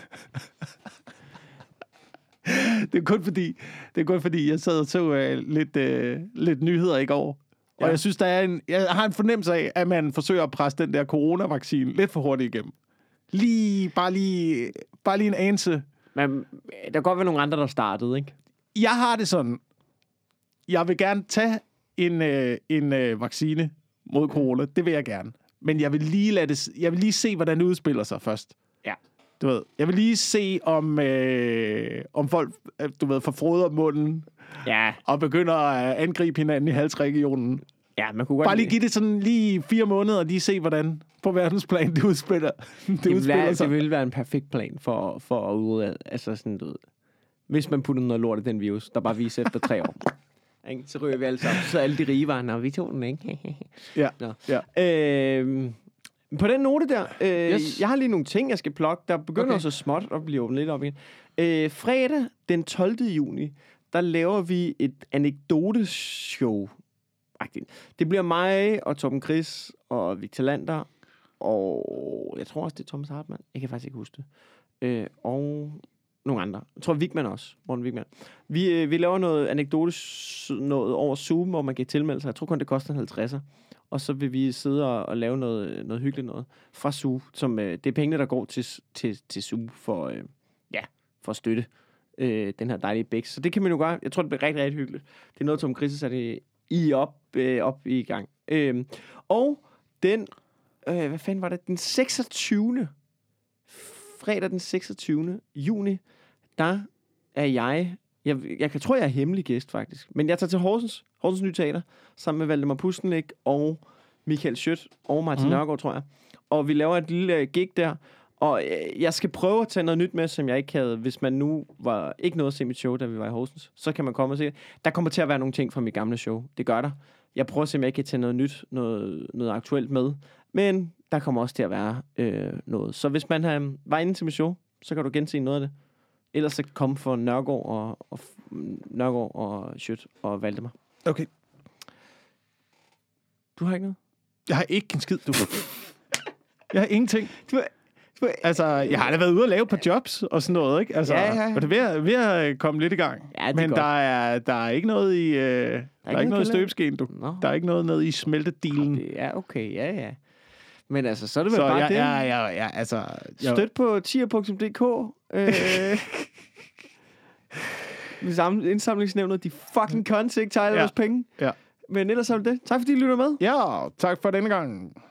Det er kun fordi, jeg sad og så lidt nyheder i går. Ja. Og jeg synes, jeg har en fornemmelse af, at man forsøger at presse den der coronavaccine lidt for hurtigt igennem. Bare lige en anelse. Men der kan godt være nogle andre, der startede, ikke? Jeg har det sådan. Jeg vil gerne tage en vaccine mod corona. Det vil jeg gerne. Men jeg vil lige se, hvordan det udspiller sig først. Ja. Du ved, jeg vil lige se, om folk, du ved, forfroder munden. Ja. Og begynder at angribe hinanden i halsregionen. Ja, man kunne godt... Bare lige give det sådan lige 4 måneder, og lige se, hvordan på verdensplan det udspiller sig. Det ville være en perfekt plan for at udrydde, altså sådan, du ved, hvis man putter noget lort i den virus, der bare viser efter 3 år. Så ryger vi alle sammen. Så alle de rige var, vi tog den, ikke? Ja. På den note der, yes. Jeg har lige nogle ting, jeg skal plukke. Der begynder også småt at blive åbnet lidt op igen. Fredag den 12. juni, der laver vi et anekdoteshow. Det bliver mig og Torben Chris og Victor Lander, og jeg tror også, det er Thomas Hartmann. Jeg kan faktisk ikke huske det. Og nogle andre. Jeg tror, Vigman også. Morten Vigman. Vi laver noget anekdotisk noget over Zoom, hvor man kan tilmelde sig. Jeg tror kun, det koster en 50'er. Og så vil vi sidde og lave noget hyggeligt noget fra Zoom, som det er pengene, der går til Zoom for at støtte den her dejlige bæks. Så det kan man jo gøre. Jeg tror, det bliver rigtig, rigtig hyggeligt. Det er noget, Tom Chris satte op i gang. Og den, hvad fanden var det? Den 26. Fredag den 26. juni, der er jeg tror, jeg er hemmelig gæst, faktisk. Men jeg tager til Horsens Nye Teater, sammen med Valdemar Pustenlæg og Michael Schødt og Martin Nørgaard, tror jeg. Og vi laver et lille gig der, og jeg skal prøve at tage noget nyt med, som jeg ikke havde, hvis man nu var ikke noget at se mit show, da vi var i Horsens. Så kan man komme og se det. Der kommer til at være nogle ting fra mit gamle show. Det gør der. Jeg prøver at se, om jeg kan tage noget nyt, noget aktuelt med. Men der kommer også til at være noget. Så hvis man var inde til mit show, så kan du gense noget af det. Ellers så komme for Nørgaard og Schødt og Valdemar. Okay. Du har ikke noget? Jeg har ikke en skid, du. Jeg har ingenting. Altså, jeg har da været ude og lave på jobs og sådan noget, ikke? Altså, ja. Og det er ved at komme lidt i gang. Ja, men der er ikke noget i der er ikke noget i støbeskeen, du. No. Der er ikke noget nede i smeltedealen. Ja, okay, ja. Men altså, så er det vel bare det. Ja, altså... Støt på tier.dk. Indsamlingsnævnet, de fucking cons, ikke tager vores penge. Ja. Men ellers er det. Tak fordi I lytter med. Ja, tak for denne gang.